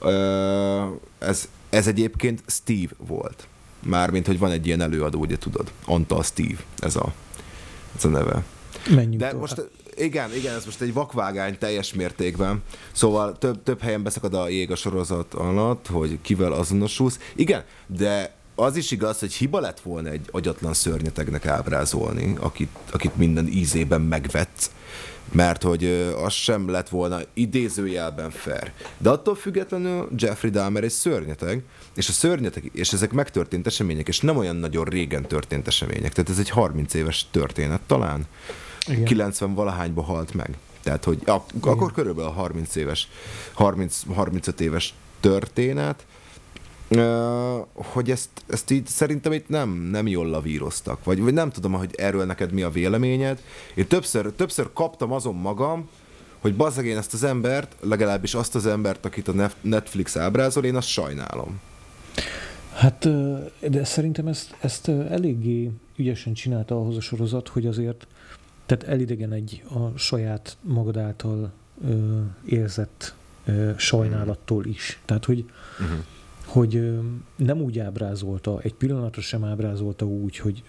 Ez egyébként Steve volt. Mármint, hogy van egy ilyen előadó, ugye tudod. Antal Steve, ez a neve.
Menjünk
de tovább. Most igen, ez most egy vakvágány teljes mértékben. Szóval több helyen beszakad a jég a sorozat alatt, hogy kivel azonosulsz. Igen, de az is igaz, hogy hiba lett volna egy agyatlan szörnyetegnek ábrázolni, akit minden ízében megvetsz, mert hogy az sem lett volna idézőjelben fair. De attól függetlenül Jeffrey Dahmer egy szörnyeteg, és a szörnyeteg, és ezek megtörtént események, és nem olyan nagyon régen történt események. Tehát ez egy 30 éves történet talán. Igen. 90-valahányba halt meg. Tehát, hogy akkor körülbelül 35 éves történet, hogy ezt így szerintem itt nem jól lavíroztak, vagy nem tudom, hogy erről neked mi a véleményed. Én többször kaptam azon magam, hogy bazzeg én ezt az embert, legalábbis azt az embert, akit a Netflix ábrázol, én azt sajnálom.
Hát, de szerintem ezt eléggé ügyesen csinálta ahhoz a sorozat, hogy azért tehát elidegenedj a saját magad által érzett sajnálattól is. Tehát, hogy nem úgy ábrázolta, egy pillanatra sem ábrázolta úgy, hogy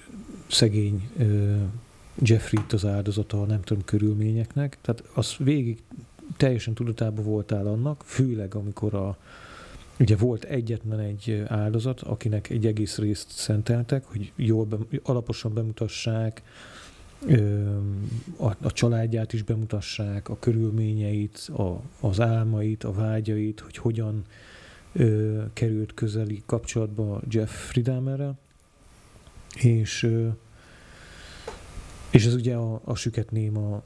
szegény Jeffrey az áldozata a nem tudom körülményeknek. Tehát az végig teljesen tudatában voltál annak, főleg amikor ugye volt egyetlen egy áldozat, akinek egy egész részt szenteltek, hogy alaposan bemutassák, a családját is bemutassák, a körülményeit, az álmait, a vágyait, hogy hogyan került közeli kapcsolatba Jeffrey Dahmerrel. És ez ugye a süket néma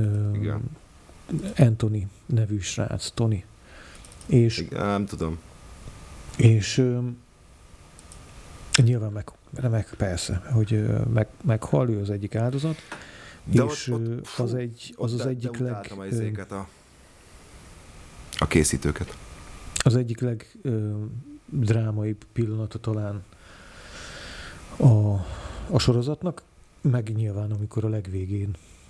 Anthony nevű srác, Tony. És,
igen, nem tudom.
És nyilván meg persze, hogy meghal ő az egyik áldozat, de és ott, az egyik
a készítőket.
Az egyik legdrámaibb pillanata talán a sorozatnak, meg nyilván amikor a legvégén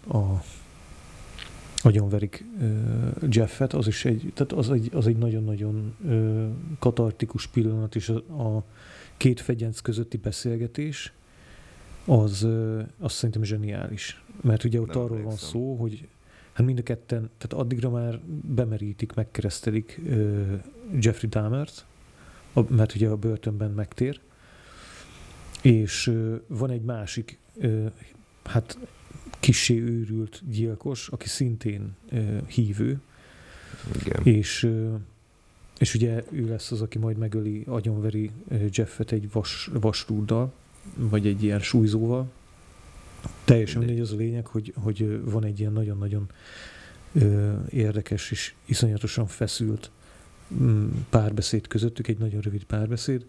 agyonverik Jeffet, az is az egy nagyon-nagyon katartikus pillanat, és a két fegyenc közötti beszélgetés az szerintem zseniális. Mert ugye ott arról van szó, hogy hát mind a ketten, tehát addigra már bemerítik, megkeresztelik Jeffrey Dahmert, mert ugye a börtönben megtér, és van egy másik, hát kissé őrült gyilkos, aki szintén hívő,
igen.
És ugye ő lesz az, aki majd megöli, agyonveri Jeffet egy vasrúddal, vagy egy ilyen súlyzóval. Teljesen mindegy, az a lényeg, hogy van egy ilyen nagyon-nagyon érdekes és iszonyatosan feszült párbeszéd közöttük, egy nagyon rövid párbeszéd,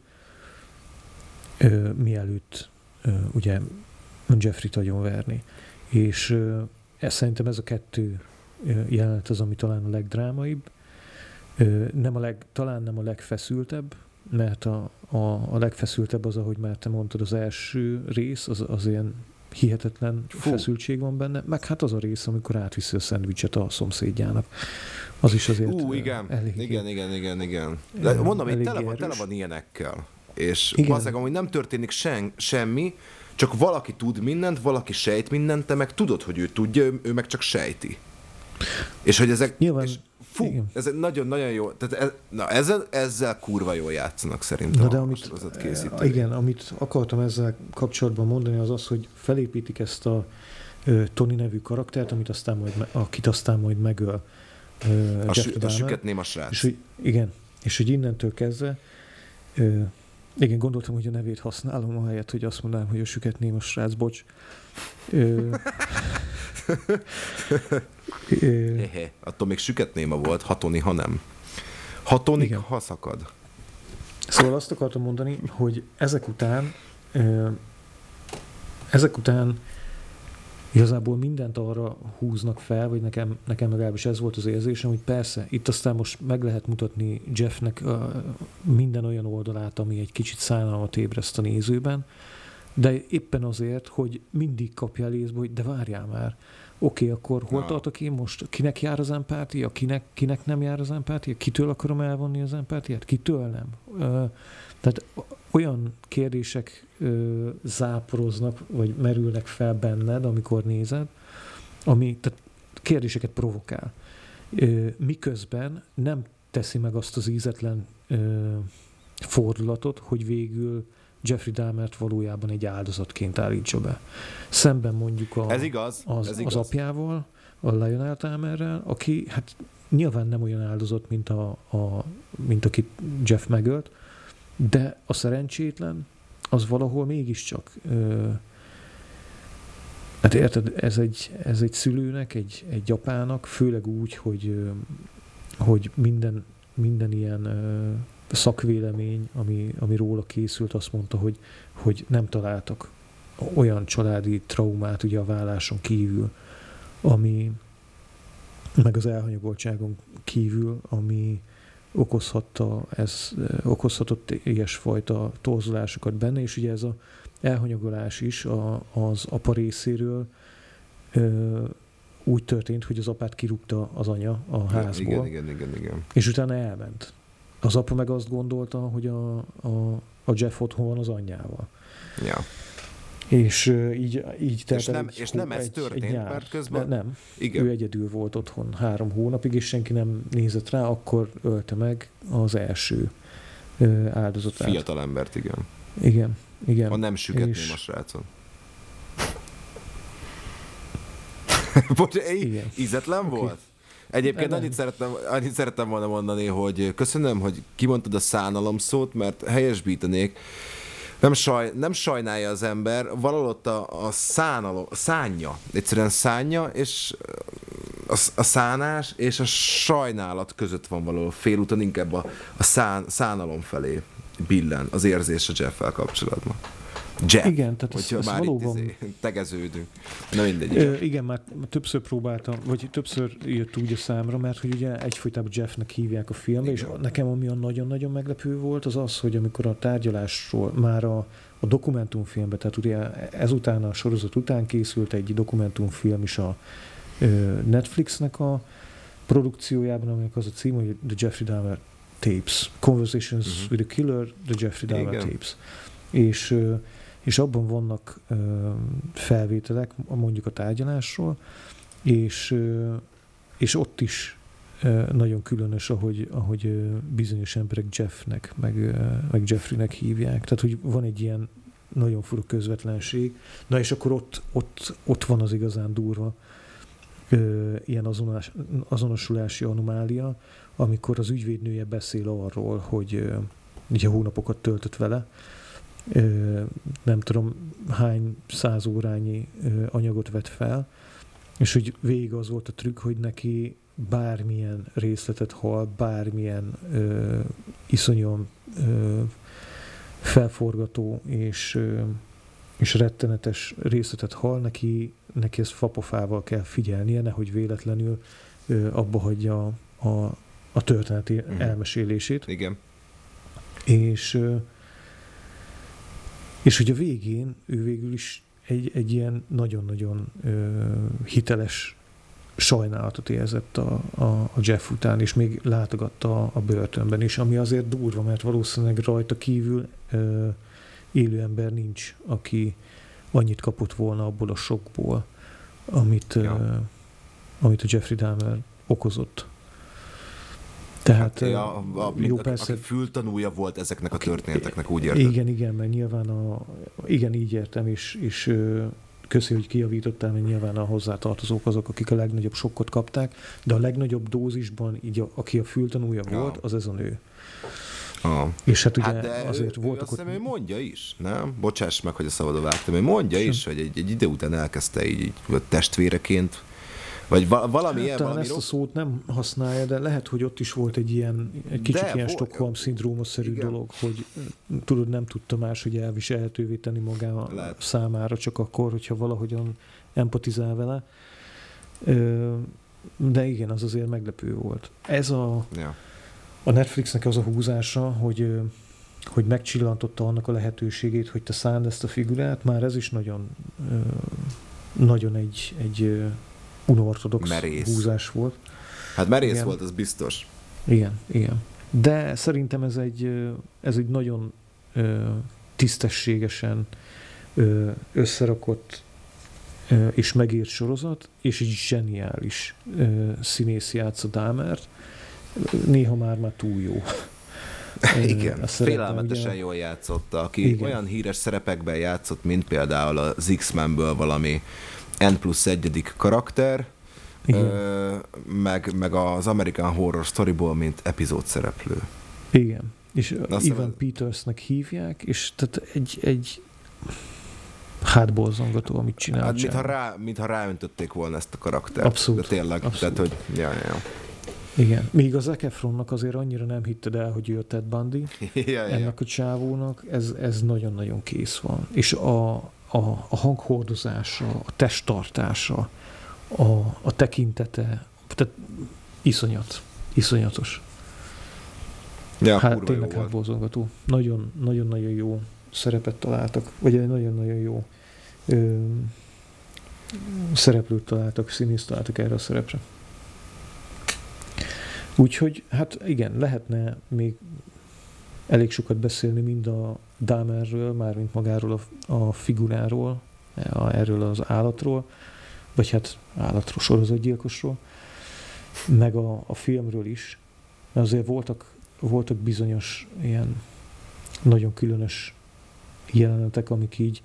mielőtt ugye Jeffreyt agyonverni. És szerintem ez a kettő jelenet az, ami talán a legdrámaibb, talán nem a legfeszültebb, mert a legfeszültebb az, ahogy már te mondtad, az első rész, az ilyen hihetetlen feszültség van benne, meg hát az a rész, amikor átviszi a szendvicset a szomszédjának. Az is azért
igen. De mondom, hogy tele van ilyenekkel. És valószínűleg amúgy nem történik semmi, csak valaki tud mindent, valaki sejt mindent, te meg tudod, hogy ő tudja, ő meg csak sejti. És hogy ezek...
Nyilván,
ez nagyon-nagyon jó. Tehát ezzel kurva jól játszanak szerintem
amit akartam ezzel kapcsolatban mondani, az, hogy felépítik ezt a Tony nevű karaktert, akit aztán majd megöl
a süket néma srác.
És hogy innentől kezdve igen, gondoltam, hogy a nevét használom, ahelyett, hogy azt mondanám, hogy a süket néma srác, bocs.
Attól még süket néma volt, hatoni, ha nem. Hatonig, ha szakad.
Szóval azt akartam mondani, hogy ezek után igazából mindent arra húznak fel, vagy nekem legalábbis ez volt az érzésem, hogy persze, itt aztán most meg lehet mutatni Jeffnek minden olyan oldalát, ami egy kicsit szánalmat ébreszt a nézőben, de éppen azért, hogy mindig kapja el észbe, hogy de várjál már, oké, akkor hol tartok én most? Kinek jár az empátia? Kinek nem jár az empátia? Kitől akarom elvonni az empátiát? Kitől nem? Tehát olyan kérdések záporoznak, vagy merülnek fel benned, amikor nézed, tehát kérdéseket provokál. Miközben nem teszi meg azt az ízetlen fordulatot, hogy végül Jeffrey Dahmert valójában egy áldozatként állítsa be. Szemben mondjuk az apjával, a Lionel Dahmerrel, aki hát nyilván nem olyan áldozat, mint akit Jeff megölt, de a szerencsétlen az valahol mégiscsak hát érted, ez egy szülőnek, egy apának, főleg úgy, hogy minden ilyen szakvélemény, ami róla készült, azt mondta, hogy nem találtak olyan családi traumát ugye a válláson kívül, ami meg az elhanyagoltságon kívül, ami okozhatott ilyesfajta torzulásokat benne, és ugye ez az elhanyagolás is az apa részéről úgy történt, hogy az apát kirúgta az anya a házból.
Igen.
És utána elment. Az apa meg azt gondolta, hogy a Jeff otthon van az anyjával.
Ja.
És így telt
és nem ez történt, mert közben...
Nem. Igen. Ő egyedül volt otthon 3 hónapig, és senki nem nézett rá, akkor ölte meg az első áldozatát.
Fiatal embert, igen.
Igen.
Ha nem sügetném a srácon. Bocs, ízetlen volt? Egyébként annyit szerettem volna mondani, hogy köszönöm, hogy kimondtad a szánalom szót, mert helyesbítenék. Nem sajnálja az ember, valahol ott a szánja. Egyszerűen szánja, és a szánás és a sajnálat között van valahol félúton, inkább a szánalom felé billen az érzés a Jeff-fel kapcsolatban. Jeff,
igen, tehát
hogyha már valóban... itt tegeződünk. Na mindegy.
Igen, már többször próbáltam, vagy többször jött úgy a számra, mert hogy ugye egyfolytában Jeffnek hívják a filmbe, és nekem ami nagyon-nagyon meglepő volt, az az, hogy amikor a tárgyalásról már a dokumentumfilmbe, tehát ugye ezután a sorozat után készült egy dokumentumfilm is a Netflixnek a produkciójában, aminek az a cím, hogy The Jeffrey Dahmer Tapes. Conversations with a Killer, The Jeffrey Dahmer Tapes. És abban vannak felvételek, mondjuk a tárgyalásról, és ott is nagyon különös, ahogy bizonyos emberek Jeffnek, meg Jeffreynek hívják. Tehát, hogy van egy ilyen nagyon fura közvetlenség. Na és akkor ott van az igazán durva ilyen azonosulási anomália, amikor az ügyvédnője beszél arról, hogy ugye hónapokat töltött vele, nem tudom hány 100 órányi anyagot vett fel, és hogy végig az volt a trükk, hogy neki bármilyen részletet hall, bármilyen iszonyan felforgató és rettenetes részletet hall, neki ezt fapofával kell figyelnie, nehogy véletlenül abba hagyja a történeti elmesélését.
Igen.
És hogy a végén ő végül is egy ilyen nagyon-nagyon hiteles sajnálatot érzett a Jeff után, és még látogatta a börtönben is, ami azért durva, mert valószínűleg rajta kívül élő ember nincs, aki annyit kapott volna abból a sokból, amit a Jeffrey Dahmer okozott. Tehát
jó, persze, aki fültanúja volt ezeknek a történeteknek, úgy értem.
Igen, mert nyilván igen, így értem, és köszi, hogy kijavítottál, mert nyilván a hozzátartozók azok, akik a legnagyobb sokkot kapták, de a legnagyobb dózisban, így aki a fültanúja volt, az ez a nő. És hát ugye azért voltak
ott... ő mondja is, nem? Bocsáss meg, hogy a szabadba vágtam, ő mondja is, hogy egy idő után elkezdte így testvéreként, vagy valami ilyen,
talán ezt a szót nem használja, de lehet, hogy ott is volt egy kicsit ilyen Stockholm-szindróma-szerű dolog, hogy tudod, nem tudta más, hogy elviselhetővé tenni magára számára, csak akkor, hogyha valahogyan empatizál vele. De igen, az azért meglepő volt. Ez a Netflixnek az a húzása, hogy megcsillantotta annak a lehetőségét, hogy te szánd ezt a figurát, már ez is nagyon egy unortodox húzás volt.
Hát merész volt, az biztos.
Igen. De szerintem ez egy nagyon tisztességesen összerakott és megírt sorozat, és egy zseniális színész játsza Dahmert. Néha már túl jó.
Igen, félelmetesen jól játszott, aki olyan híres szerepekben játszott, mint például az X-Menből valami N+1 karakter, meg az American Horror Storyból, mint epizód szereplő.
Igen, és Evan Petersnek hívják, és tehát egy hátborzongató, amit csinál.
Hát, mintha ráöntötték volna ezt a karaktert.
Abszolút.
De tényleg,
abszolút.
Tehát, hogy... Ja.
Igen. Míg az Zac Efronnak azért annyira nem hitted el, hogy ő a Ted Bundy. Ennek a csávónak ez nagyon-nagyon kész van. És a hanghordozása, a testtartása, a tekintete, tehát iszonyatos.
Ja,
hát tényleg hátborzongató. Nagyon-nagyon jó szerepet találtak, vagy egy nagyon-nagyon jó szereplőt találtak, színészt találtak erre a szerepre. Úgyhogy, hát igen, lehetne még elég sokat beszélni mind a Dahmerről, mármint magáról a figuráról, erről az állatról, vagy hát állatról, sorozatgyilkosról, meg a filmről is. Azért voltak bizonyos ilyen nagyon különös jelenetek, amik így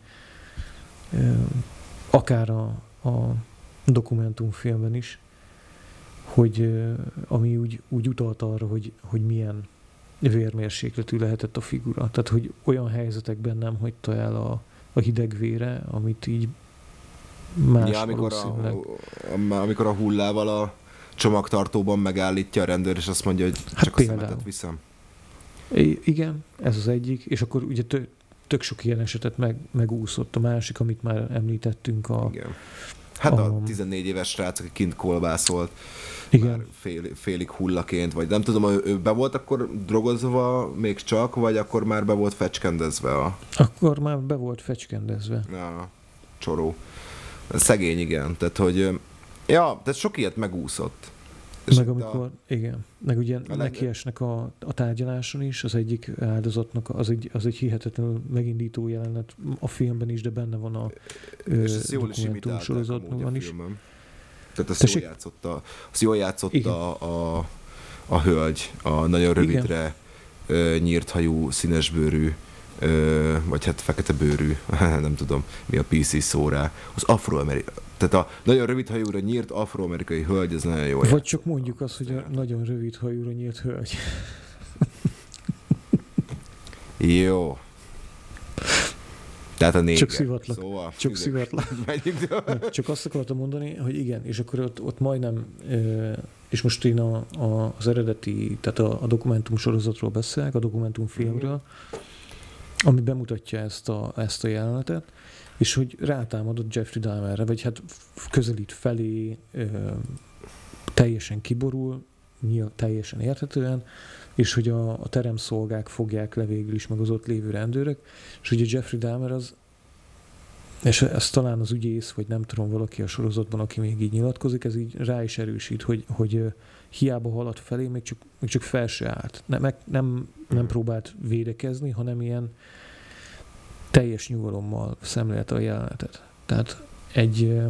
akár a dokumentumfilmben is, hogy ami úgy utalt arra, hogy milyen vérmérsékletű lehetett a figura. Tehát, hogy olyan helyzetekben nem hagyta el a hideg vére, amit így más valószínűleg.
Amikor a hullával a csomagtartóban megállítja a rendőr, és azt mondja, hogy csak a szemetet viszem.
Igen, ez az egyik, és akkor ugye tök sok ilyen esetet megúszott. A másik, amit már említettünk,
igen. Hát a 14 éves srác, aki kint kolbászolt,
igen.
Félig hullaként, vagy nem tudom, ő be volt akkor drogozva még csak, vagy akkor már be volt fecskendezve?
Akkor már be volt fecskendezve.
Ja, csoró. Szegény, igen. Tehát, hogy tehát sok ilyet megúszott.
Meg amikor, igen, meg ugye nekiesnek a tárgyaláson is, az egyik áldozatnak, az egy hihetetlenül megindító jelenet a filmben is, de benne van a dokumentum sorozatban is.
Tehát azt jól játszotta a hölgy, a nagyon rövidre nyírt hajú, színesbőrű, vagy hát fekete bőrű, nem tudom mi a PC szó rá, az afroamerikai. Tehát a nagyon rövid hajúra nyírt afroamerikai hölgy, ez nagyon jó.
Vagy csak mondjuk azt, hogy a nagyon rövid hajúra nyírt hölgy.
Jó. Tehát a néger.
Csak szivatlak.
Szóval,
csak szivatlak. Csak azt akartam mondani, hogy igen, és akkor ott majdnem, és most én az eredeti, tehát a dokumentum sorozatról beszélek, a dokumentumfilmről, ami bemutatja ezt a jelenetet, és hogy rátámadott Jeffrey Dahmerre, vagy hát közelít felé, teljesen kiborul, teljesen érthetően, és hogy a teremszolgák fogják le végül is, meg az ott lévő rendőrök, és ugye Jeffrey Dahmer az, és ez talán az ügyész, vagy nem tudom, valaki a sorozatban, aki még így nyilatkozik, ez így rá is erősít, hogy hiába haladt felé, még csak fel se állt. Nem próbált védekezni, hanem ilyen teljes nyugalommal szemlélte a jelenetet. Tehát egy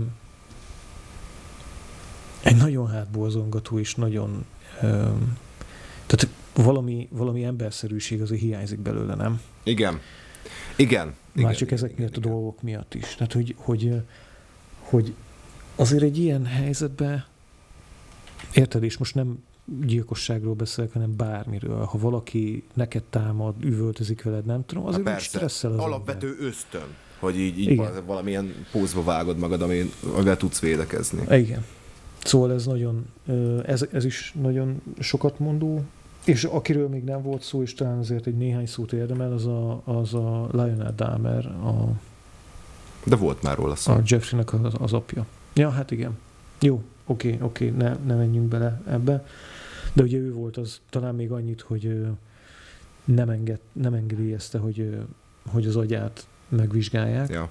nagyon hátborzongató és nagyon tehát valami emberszerűség azért hiányzik belőle, nem?
Igen.
Már csak ezek miatt a dolgok miatt is. Tehát, hogy azért egy ilyen helyzetben, érted, és most nem gyilkosságról beszélek, hanem bármiről. Ha valaki neked támad, üvöltözik veled, nem tudom, azért úgy stresszel az
alapvető ember. Ösztön, hogy így valamilyen pózba vágod magad, amivel tudsz védekezni.
Igen. Szóval ez nagyon, ez is nagyon sokat mondó, és akiről még nem volt szó, és talán azért egy néhány szót érdemel, az a Lionel Dahmer,
de volt már róla szó.
A Jeffreynek az apja. Ja, hát igen. Jó, oké, ne menjünk bele ebbe. De ugye ő volt az talán még annyit, hogy nem engedélyezte, hogy az agyát megvizsgálják.
Ja.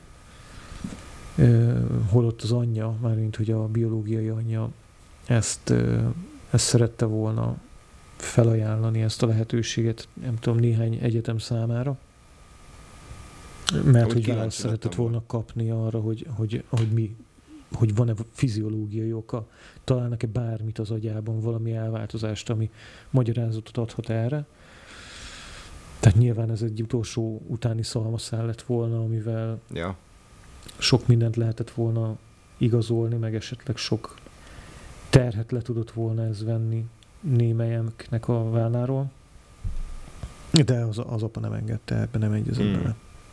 Holott az anyja, mármint hogy a biológiai anyja ezt szerette volna felajánlani, ezt a lehetőséget, nem tudom, néhány egyetem számára. Mert hogy választ szeretett volna kapni arra, hogy van-e fiziológiai oka, találnak-e bármit az agyában, valami elváltozást, ami magyarázatot adhat erre. Tehát nyilván ez egy utolsó utáni szalmaszál lett volna, amivel sok mindent lehetett volna igazolni, meg esetleg sok terhet le tudott volna ez venni némelyeknek a válláról. De az apa nem engedte, ebben nem egyezett bele.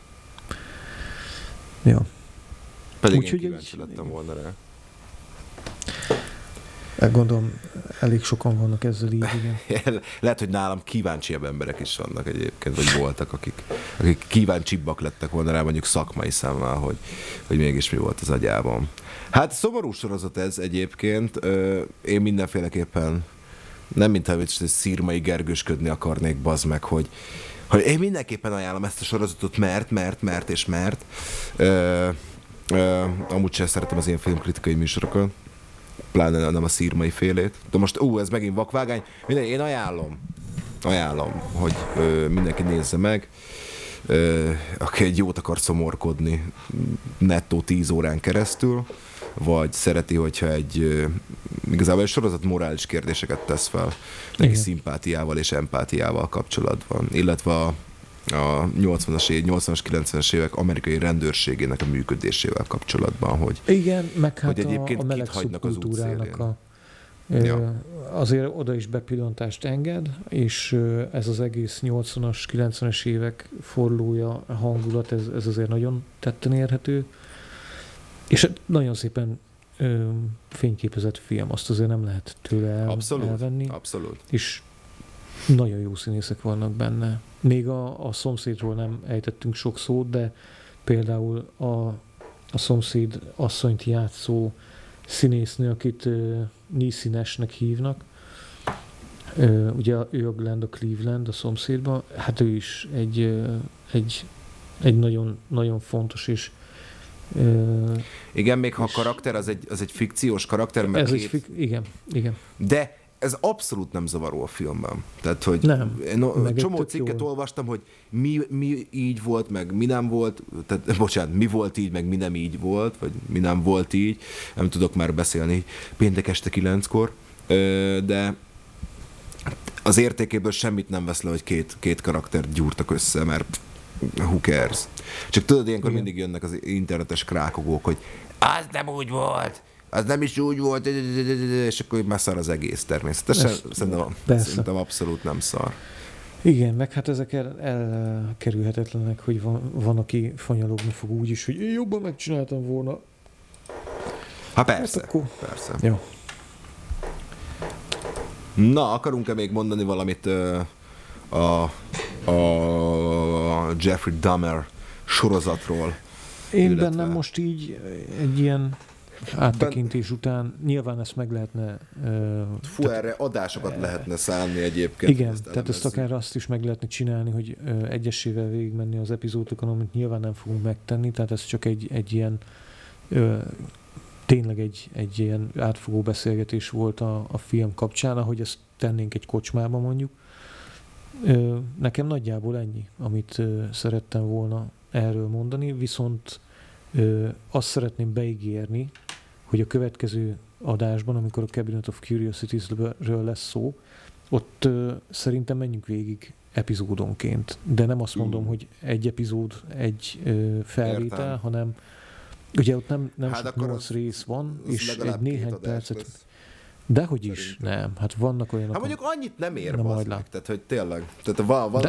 Ja.
Pedig én kíváncsi lettem volna rá.
Gondolom, elég sokan vannak ezzel így, igen.
Lehet, hogy nálam kíváncsiabb emberek is vannak egyébként, vagy voltak, akik kíváncsibbak lettek volna rá, mondjuk szakmai szemmel, hogy mégis mi volt az agyában. Hát szomorú sorozat ez egyébként. Én mindenféleképpen nem mintha Szirmai Gergősködni akarnék, bazd meg, hogy én mindenképpen ajánlom ezt a sorozatot, mert amúgy sem szeretem az ilyen filmkritikai műsorokat, pláne nem a Szirmai félét. De most, ez megint vakvágány. Én ajánlom, hogy mindenki nézze meg. aki egy jót akar szomorkodni nettó 10 órán keresztül, vagy szereti, hogyha igazából egy sorozat morális kérdéseket tesz fel, neki szimpátiával és empátiával kapcsolatban, illetve a 80-as, 90-es évek amerikai rendőrségének a működésével kapcsolatban, hogy
igen, meg hát
hogy egyébként
a meleg szubkultúrának azért oda is bepillantást enged, és ez az egész 80-as, 90-es évek forlója, hangulat, ez azért nagyon tetten érhető. És nagyon szépen fényképezett film, azt azért nem lehet tőle elvenni.
Abszolút.
És nagyon jó színészek vannak benne. Még a szomszédról nem ejtettünk sok szót, de például a szomszéd asszonyt játszó színésznő, akit Niecy Nashnek hívnak, ugye ő a Glenda Cleveland a szomszédban, hát ő is egy nagyon, nagyon fontos és
igen, még ha a karakter az egy fikciós karakter, mert
igen.
De ez abszolút nem zavaró a filmben. Tehát, hogy
nem,
csomó cikket olvastam, hogy mi így volt, meg mi nem volt, tehát, bocsánat, mi volt így, meg mi nem így volt, vagy mi nem volt így, nem tudok már beszélni péntek este 9-kor, de az értékéből semmit nem vesz le, hogy két karaktert gyúrtak össze, mert who cares. Csak tudod, ilyenkor mindig jönnek az internetes krákogók, hogy az nem úgy volt, az nem is úgy volt, és akkor már szar az egész természetesen. Szerintem abszolút nem szar.
Igen, meg hát ezek elkerülhetetlenek, hogy van, aki fanyalogni fog úgy is, hogy én jobban megcsináltam volna.
Hát persze, hát akkor... persze.
Jó.
Na, akarunk-e még mondani valamit a Jeffrey Dahmer sorozatról?
Én bennem most így egy ilyen áttekintés után nyilván ezt meg lehetne...
erre adásokat lehetne szállni egyébként.
Igen, tehát ezt akár azt is meg lehetne csinálni, hogy egyesével végigmenni az epizódokon, amit nyilván nem fogunk megtenni, tehát ez csak egy ilyen tényleg egy ilyen átfogó beszélgetés volt a film kapcsán, ahogy ezt tennénk egy kocsmában mondjuk. Nekem nagyjából ennyi, amit szerettem volna erről mondani, viszont azt szeretném beígérni, hogy a következő adásban, amikor a Cabinet of Curiosities-ről lesz szó, ott szerintem menjünk végig epizódonként. De nem azt mondom, hogy egy epizód, egy felvétel, értem, hanem ugye ott nem hát csak 8 rész van, és egy néhány percet... Lesz. Dehogy is, nem. Hát vannak olyanok...
Hát mondjuk annyit nem ér meg, tehát hogy tényleg. Tehát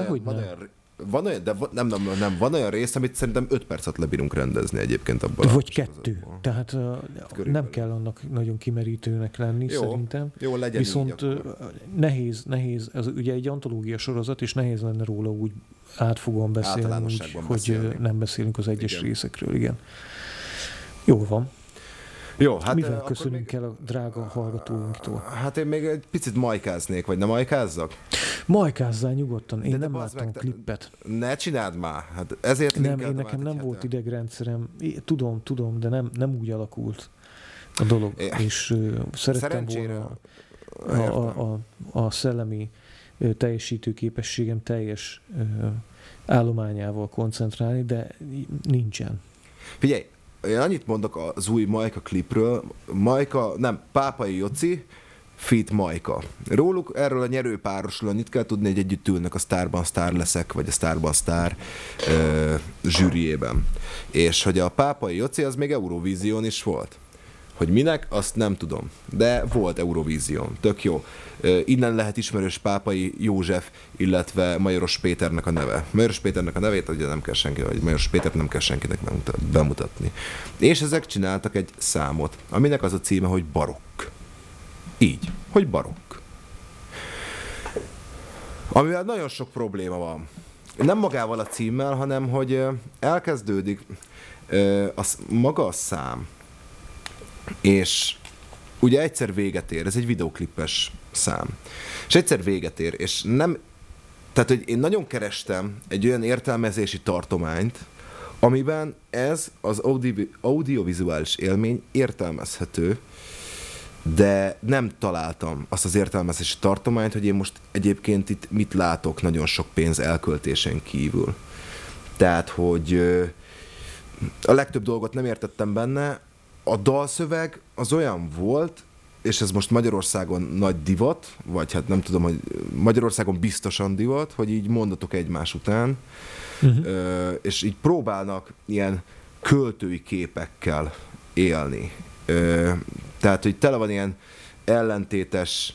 van olyan, de van olyan rész, amit szerintem 5 percet lebírunk rendezni egyébként abban.
Vagy 2. Tehát nem kell annak nagyon kimerítőnek lenni, jó, szerintem.
Jó, legyen.
Viszont nehéz, ez ugye egy antológia sorozat, és nehéz lenne róla úgy átfogóan beszélni, hogy nem beszélünk az egyes részekről, igen. Jó van.
Jó, hát
mivel köszönünk el a drága hallgatóinktól?
Hát én még egy picit majkáznék, vagy nem majkázzak?
Majkázzál nyugodtan, én nem láttam klippet.
Ne csináld már, hát ezért
nem, én nekem nem volt idegrendszerem, tudom, de nem úgy alakult a dolog, és szerettem volna a szellemi teljesítőképességem teljes állományával koncentrálni, de nincsen.
Figyelj, én annyit mondok az új Majka klipről, Pápai Joci, feat. Majka. Róluk, erről a nyerőpárosról annyit kell tudni, hogy együtt ülnek a Sztárban Sztár leszek, vagy a Sztárban Sztár zsűriében. És hogy a Pápai Joci az még Eurovízión is volt. Hogy minek, azt nem tudom. De volt Eurovízión. Tök jó. Innen lehet ismerős Pápai József, illetve Majoros Péternek a neve. Majoros Péternek a nevét ugye nem kell senki, vagy Majoros Pétert nem kell senkinek bemutatni. És ezek csináltak egy számot, aminek az a címe, hogy Barokk. Így, hogy barokk. Amivel nagyon sok probléma van. Nem magával a címmel, hanem hogy elkezdődik maga a szám, és ugye egyszer véget ér, ez egy videóklipes szám, és egyszer véget ér, és nem, tehát hogy én nagyon kerestem egy olyan értelmezési tartományt, amiben ez az audiovizuális élmény értelmezhető, de nem találtam azt az értelmezési tartományt, hogy én most egyébként itt mit látok nagyon sok pénz elköltésen kívül. Tehát, hogy a legtöbb dolgot nem értettem benne, a dalszöveg az olyan volt, és ez most Magyarországon nagy divat, vagy hát nem tudom, hogy Magyarországon biztosan divat, hogy így mondatok egymás után, és így próbálnak ilyen költői képekkel élni. Tehát, hogy tele van ilyen ellentétes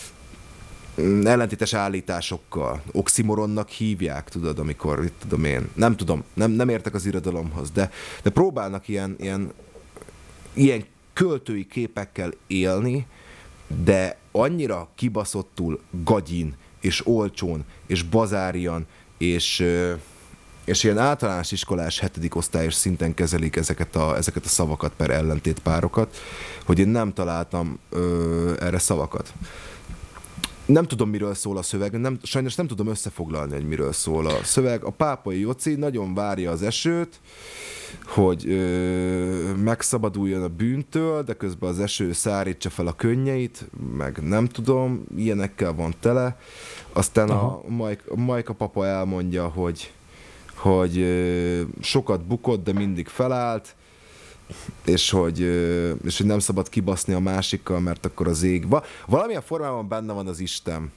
állításokkal. Oxymoronnak hívják, tudod, amikor, itt tudom én, nem értek az irodalomhoz, de próbálnak ilyen költői képekkel élni, de annyira kibaszottul gagyin, és olcsón, és bazárian, és ilyen általános iskolás 7. osztályos szinten kezelik ezeket a szavakat per ellentétpárokat, hogy én nem találtam erre szavakat. Nem tudom, miről szól a szöveg, sajnos nem tudom összefoglalni, hogy miről szól a szöveg. A Pápai Joci nagyon várja az esőt, hogy megszabaduljon a bűntől, de közben az eső szárítsa fel a könnyeit, meg nem tudom, ilyenekkel van tele. Aztán a Majka papa elmondja, hogy sokat bukott, de mindig felállt, és hogy nem szabad kibaszni a másikkal, mert akkor az ég... Valamilyen formában benne van az Isten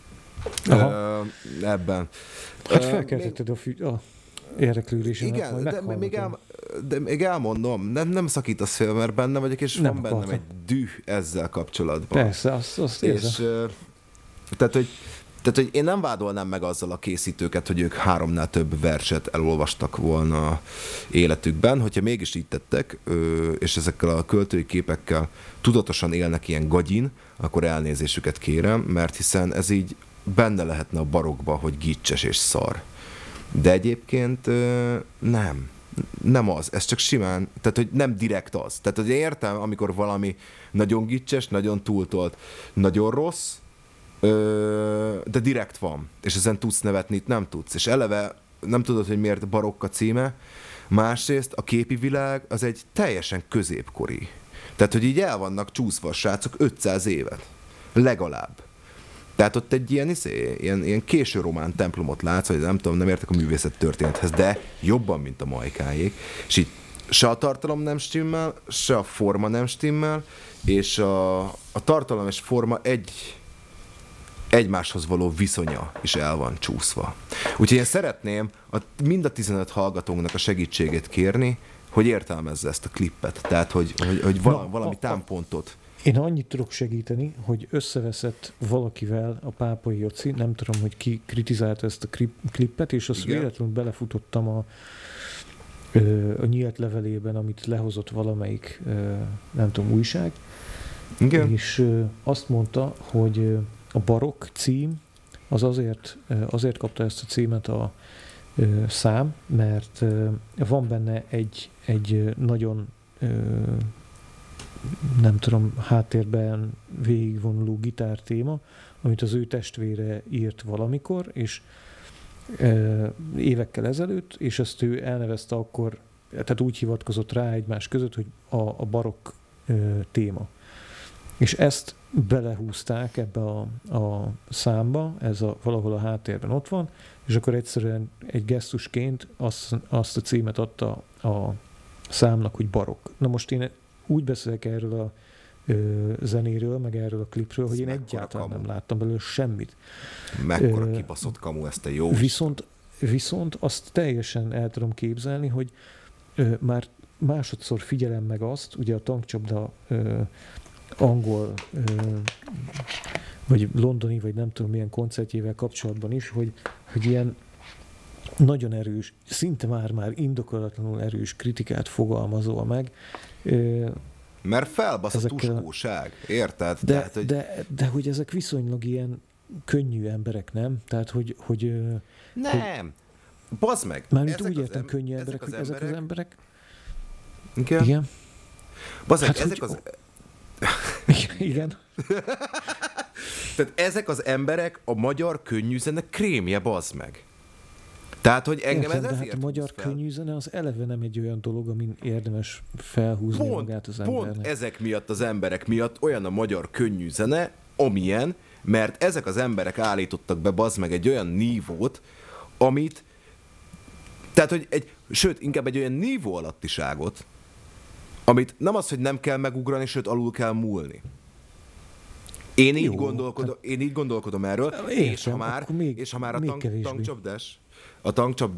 ebben.
Hát felkeltetted a érdeklődésemet.
Igen, de még elmondom, nem szakítasz fél, mert benne vagyok, és nem van bennem egy düh ezzel kapcsolatban.
Persze, azt érzem.
Tehát, hogy én nem vádolnám meg azzal a készítőket, hogy ők 3-nál több verset elolvastak volna életükben. Hogyha mégis így tettek, és ezekkel a költői képekkel tudatosan élnek ilyen gagyin, akkor elnézésüket kérem, mert hiszen ez így benne lehetne a barokba, hogy gicses és szar. De egyébként nem az, ez csak simán, tehát hogy nem direkt az. Tehát hogy értem, amikor valami nagyon gicses, nagyon túltolt, nagyon rossz, de direkt van, és ezen tudsz nevetni, itt nem tudsz. És eleve nem tudod, hogy miért barokk a címe, másrészt a képi világ az egy teljesen középkori. Tehát, hogy így el vannak csúszva a srácok 500 évet. Legalább. Tehát ott egy ilyen késő román templomot látsz, vagy nem tudom, nem értek a művészet történethez, de jobban, mint a Majkáék. És így se a tartalom nem stimmel, se a forma nem stimmel, és a tartalom és forma egymáshoz való viszonya is el van csúszva. Úgyhogy én szeretném mind a 15 hallgatónknak a segítségét kérni, hogy értelmezze ezt a klippet. Tehát, hogy valami támpontot.
Én annyit tudok segíteni, hogy összeveszett valakivel a Pápai Joci, nem tudom, hogy ki kritizálta ezt a klippet, és azt véletlenül belefutottam a nyílt levelében, amit lehozott valamelyik, nem tudom, újság. Igen. És azt mondta, hogy a barokk cím az azért kapta ezt a címet a szám, mert van benne egy nagyon nem tudom, háttérben végigvonuló gitártéma, amit az ő testvére írt valamikor, és évekkel ezelőtt, és ezt ő elnevezte akkor, tehát úgy hivatkozott rá egymás között, hogy a barokk téma. És ezt belehúzták ebbe a számba, ez valahol a háttérben ott van, és akkor egyszerűen egy gesztusként azt a címet adta a számnak, hogy barokk. Na most én úgy beszélek erről a zenéről, meg erről a klipről, hogy én egyáltalán nem láttam belőle semmit.
Mekkora kibaszott kamu, ezt a jó.
Viszont azt teljesen el tudom képzelni, hogy már másodszor figyelem meg azt, ugye a tankcsapda angol, vagy londoni, vagy nem tudom milyen koncertjével kapcsolatban is, hogy ilyen nagyon erős, szinte már indokolatlanul erős kritikát fogalmazol meg.
Mert felbasz a tuskóság, érted?
De hogy ezek viszonylag ilyen könnyű emberek, nem? Tehát, hogy
nem! Bazd meg!
Mármint úgy értem könnyű emberek, hogy ezek az emberek...
Igen? Bazd meg, ezek az...
Igen.
Tehát ezek az emberek a magyar könnyűzene krémje, bazd meg. Tehát, hogy engem ez ezért
a magyar könnyűzene az eleve nem egy olyan dolog, amin érdemes felhúzni magát az embernek.
Pont ezek miatt az emberek miatt olyan a magyar könnyűzene, amilyen, mert ezek az emberek állítottak be, bazd meg, egy olyan nívót, amit Tehát, hogy sőt, inkább egy olyan nívó alattiságot, amit nem az, hogy nem kell megugrani, sőt, alul kell múlni. Én így gondolkodom erről, és ha már a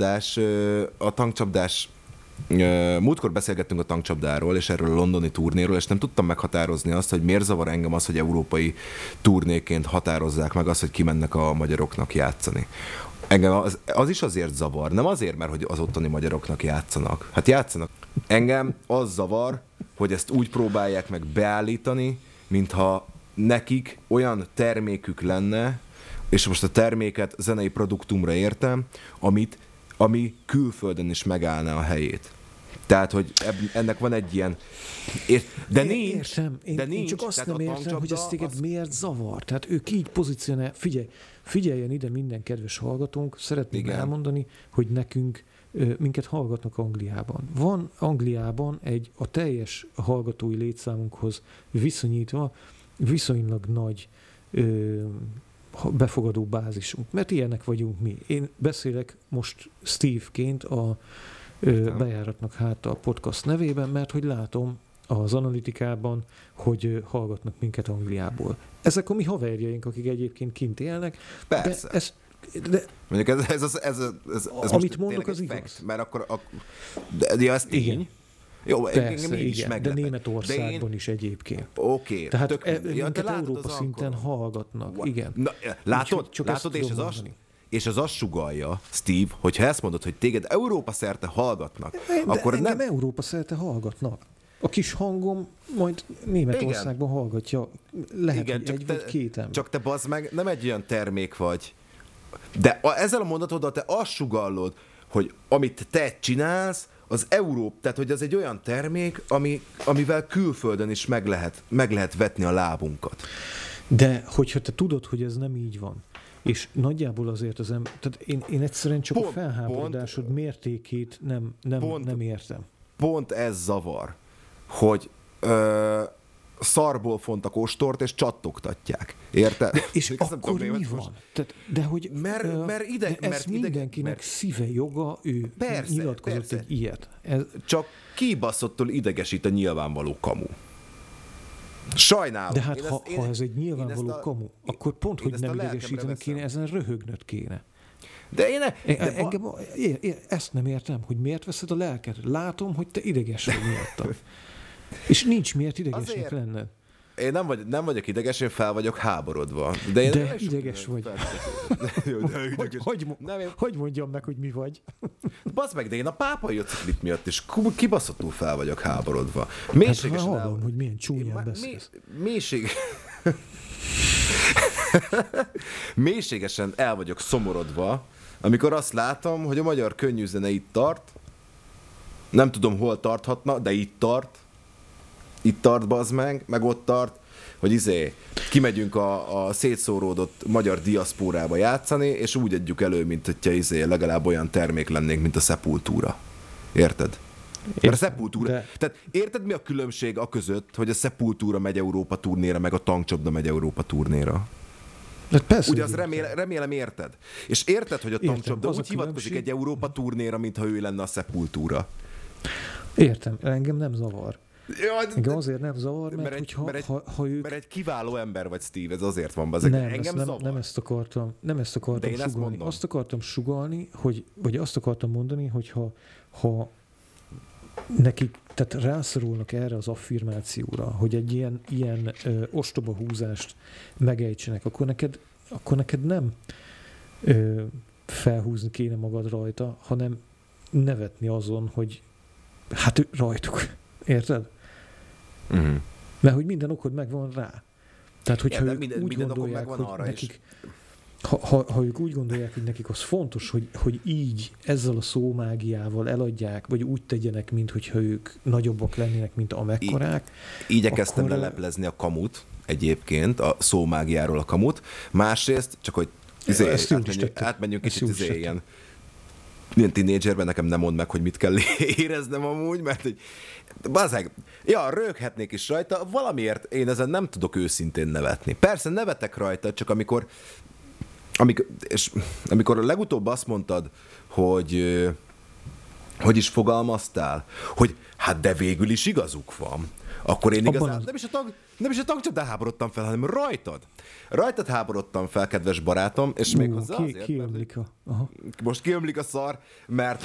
tankcsapdás múltkor beszélgettünk a tankcsapdáról, és erről a londoni turnéról, és nem tudtam meghatározni azt, hogy miért zavar engem az, hogy európai turnéként határozzák meg azt, hogy kimennek a magyaroknak játszani. Engem az is azért zavar, nem azért, mert hogy az ottani magyaroknak játszanak. Hát játszanak. Engem az zavar, hogy ezt úgy próbálják meg beállítani, mintha nekik olyan termékük lenne, és most a terméket zenei produktumra értem, ami külföldön is megállná a helyét. Tehát, hogy ennek van egy ilyen... De nincs.
Én csak azt nem értem, hogy ez téged miért zavar. Tehát ők így pozícionál... Figyeljen ide minden kedves hallgatónk, szeretném elmondani, hogy minket hallgatnak Angliában. Van Angliában a teljes hallgatói létszámunkhoz viszonyítva viszonylag nagy befogadó bázisunk, mert ilyenek vagyunk mi. Én beszélek most Steve-ként a Bejáratnak hát a podcast nevében, mert hogy látom az analitikában, hogy hallgatnak minket Angliából. Ezek a mi haverjaink, akik egyébként kint élnek.
Persze. Mondjuk ez
amit mondok, az igaz.
Fact, mert akkor de ez tény.
Igen.
Jó,
persze, igen, de Németországban is egyébként.
Oké.
Tehát minket Európa szinten hallgatnak. Igen.
Na, látod és az azt sugallja, Steve, hogyha ezt mondod, hogy téged Európa szerte hallgatnak, akkor
engem Európa szerte hallgatnak. A kis hangom majd Németországban hallgatja. Lehet, igen, hogy vagy két ember.
Csak te bazd meg, nem egy olyan termék vagy. De ezzel a mondatoddal te azt sugallod, hogy amit te csinálsz, az tehát hogy az egy olyan termék, amivel külföldön is meg lehet vetni a lábunkat.
De hogyha te tudod, hogy ez nem így van, és nagyjából azért tehát én egyszerűen csak a felháborodásod mértékét nem értem. Pont
ez zavar, hogy szarból fontak ostort, és csattogtatják. Érted?
És akkor mi van? De hogy mert mindenkinek szíve joga, ő nyilatkozott egy ilyet.
Csak kibaszottul idegesít a nyilvánvaló kamu. Sajnálom.
De hát ha ez egy nyilvánvaló kamu, akkor pont, hogy nem idegesíteni kéne, ezen röhögnöd kéne.
De
engem ezt nem értem, hogy miért veszed a lelked. Látom, hogy te ideges vagy miattam. És nincs miért idegesnek lenned.
Én nem vagyok ideges, én fel vagyok háborodva. De
ideges vagy. Hogy mondjam meg, hogy mi vagy?
Baszd meg, de én a pápai öciklit miatt is kibaszottul fel vagyok háborodva.
Mélységesen hallom, hogy milyen csúnyán beszélsz.
Mélységesen el vagyok szomorodva, amikor azt látom, hogy a magyar könnyűzene itt tart. Nem tudom, hol tarthatna, de itt tart. Itt tart, bazd meg ott tart, hogy kimegyünk a szétszóródott magyar diaszpórába játszani, és úgy adjuk elő, mint hogyha legalább olyan termék lennénk, mint a Sepultura. Érted? Mert a Sepultura... Tehát érted, mi a különbség a között, hogy a Sepultura megy Európa turnéra, meg a tankcsapda megy Európa turnéra?
Persze,
ugye azt remélem érted. És érted, hogy a tankcsapda úgy hivatkozik egy Európa turnéra, mintha ő lenne a Sepultura.
Értem, engem nem zavar. Engem azért nem zavar, mert
mert egy kiváló ember vagy, Steve, ez azért van.
Nem ezt akartam sugallni. Azt akartam sugallni, vagy azt akartam mondani, hogy ha nekik, tehát rászorulnak erre az affirmációra, hogy egy ilyen ostoba húzást megejtsenek, akkor neked nem felhúzni kéne magad rajta, hanem nevetni azon, hogy hát rajtuk. Érted?
Uh-huh.
Mert hogy minden okod megvan rá. Tehát, hogyha ők úgy gondolják, hogy nekik... Ha ők úgy gondolják, hogy nekik az fontos, hogy így ezzel a szómágiával eladják, vagy úgy tegyenek, mintha ők nagyobbak lennének, mint amekkorák.
Igyekeztem leleplezni a kamut egyébként, a szómágiáról a kamut. Másrészt, csak hogy átmenjünk kicsit ilyen tínédzserben, nekem nem mond meg, hogy mit kell éreznem amúgy, mert hogy röghetnék is rajta, valamiért én ezen nem tudok őszintén nevetni. Persze nevetek rajta, csak amikor legutóbb azt mondtad, hogy hogy is fogalmaztál, hogy hát de végül is igazuk van. Akkor én igazán nem is a tankcsapdán háborodtam fel, hanem rajtad. Rajtad háborodtam fel, kedves barátom, és még hozzá azért, most kiömlik a szar, mert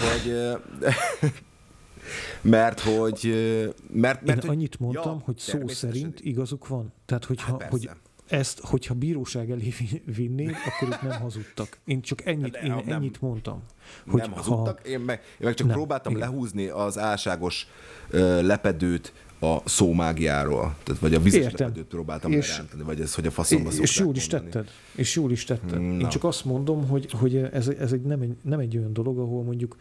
én annyit mondtam, hogy szó szerint igazuk van. Tehát, hogyha bíróság elé vinnék, akkor itt nem hazudtak. Én csak ennyit mondtam.
Hogy nem hazudtak, én meg csak próbáltam lehúzni az álságos lepedőt a szómágiáról. Tehát, vagy a vizes lepedőt próbáltam lerántani, vagy ez, hogy a faszomba szokták mondani.
És jól is tetted. Én csak azt mondom, hogy ez nem egy olyan dolog, ahol mondjuk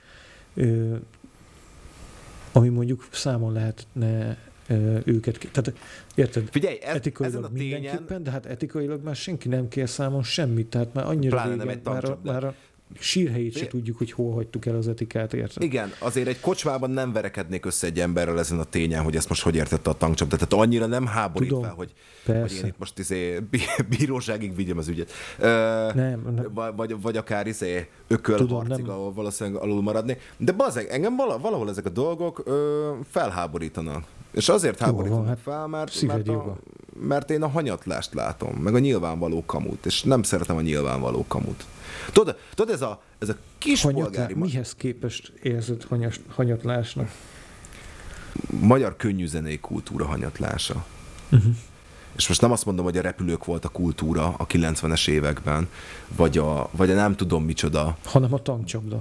ami mondjuk számon lehetne őket. Tehát érted?
Figyelj,
etikailag mindenképpen, de hát etikailag már senki nem kér számon semmit, tehát már annyira régen, már a sírhelyét se tudjuk, hogy hol hagytuk el az etikát, érted?
Igen, azért egy kocsmában nem verekednék össze egy emberrel ezen a tényen, hogy ezt most hogy értette a tankcsapda. Tehát annyira nem háborít fel, hogy én itt most bíróságig vigyem az ügyet.
Nem.
Vagy akár ökölharcig, ahol valószínűleg alul maradni. De bazzeg, engem valahol ezek a dolgok felháborítanak. És azért háborítanak fel, mert én a hanyatlást látom, meg a nyilvánvaló kamut, és nem szeretem a nyilvánvaló kamut. Tudod, ez a kis polgári...
Mihez képest érzed hanyatlásnak?
Magyar könnyűzenei kultúra hanyatlása. Uh-huh. És most nem azt mondom, hogy a repülők volt a kultúra a 90-es években, vagy a nem tudom micsoda.
Hanem a tankcsapda.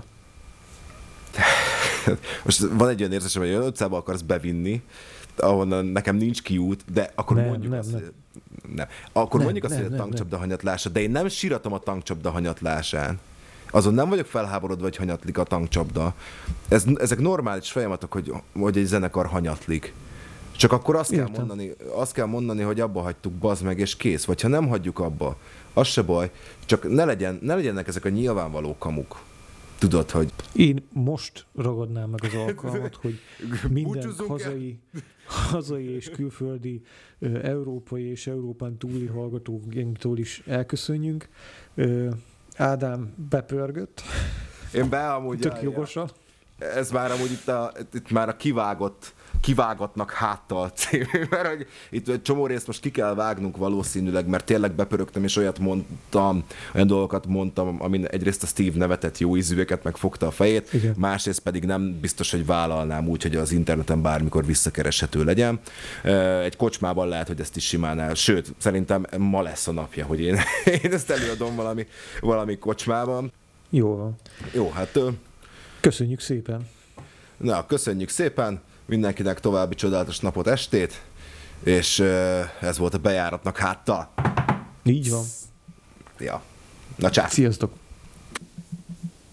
Most van egy olyan érzésem, hogy olyan utcába akarsz bevinni, ahonnan nekem nincs kiút, de akkor mondjuk azt, hogy a tankcsapda hanyatlása, de én nem síratom a tankcsapda hanyatlásán. Azon nem vagyok felháborodva, hogy hanyatlik a tankcsapda. Ezek normális folyamatok, hogy egy zenekar hanyatlik. Csak akkor azt kell mondani, hogy abba hagytuk, bazd meg, és kész. Vagy ha nem hagyjuk abba, az se baj, csak ne legyenek ezek a nyilvánvaló kamuk. Tudod, hogy...
Én most ragadnám meg az alkalmat, hogy minden hazai és külföldi, európai és Európán túli hallgatóinktól is elköszönjünk. Ádám bepörgött.
Én amúgy...
Tök jogosan.
Ez már amúgy itt már a kivágatnak háttal cím, mert hogy itt egy csomó részt most ki kell vágnunk valószínűleg, mert tényleg bepörögtem, és olyan dolgokat mondtam, amin egyrészt a Steve nevetett jó ízűeket, megfogta a fejét, igen. Másrészt pedig nem biztos, hogy vállalnám úgy, hogy az interneten bármikor visszakereshető legyen. Egy kocsmában lehet, hogy ezt is simán el, sőt, szerintem ma lesz a napja, hogy én ezt előadom valami kocsmában.
Jó,
hát...
Köszönjük szépen!
Na, köszönjük szépen! Mindenkinek további csodálatos napot, estét, és ez volt a bejáratnak háttal.
Így van.
Ja. Na, csá!
Sziasztok!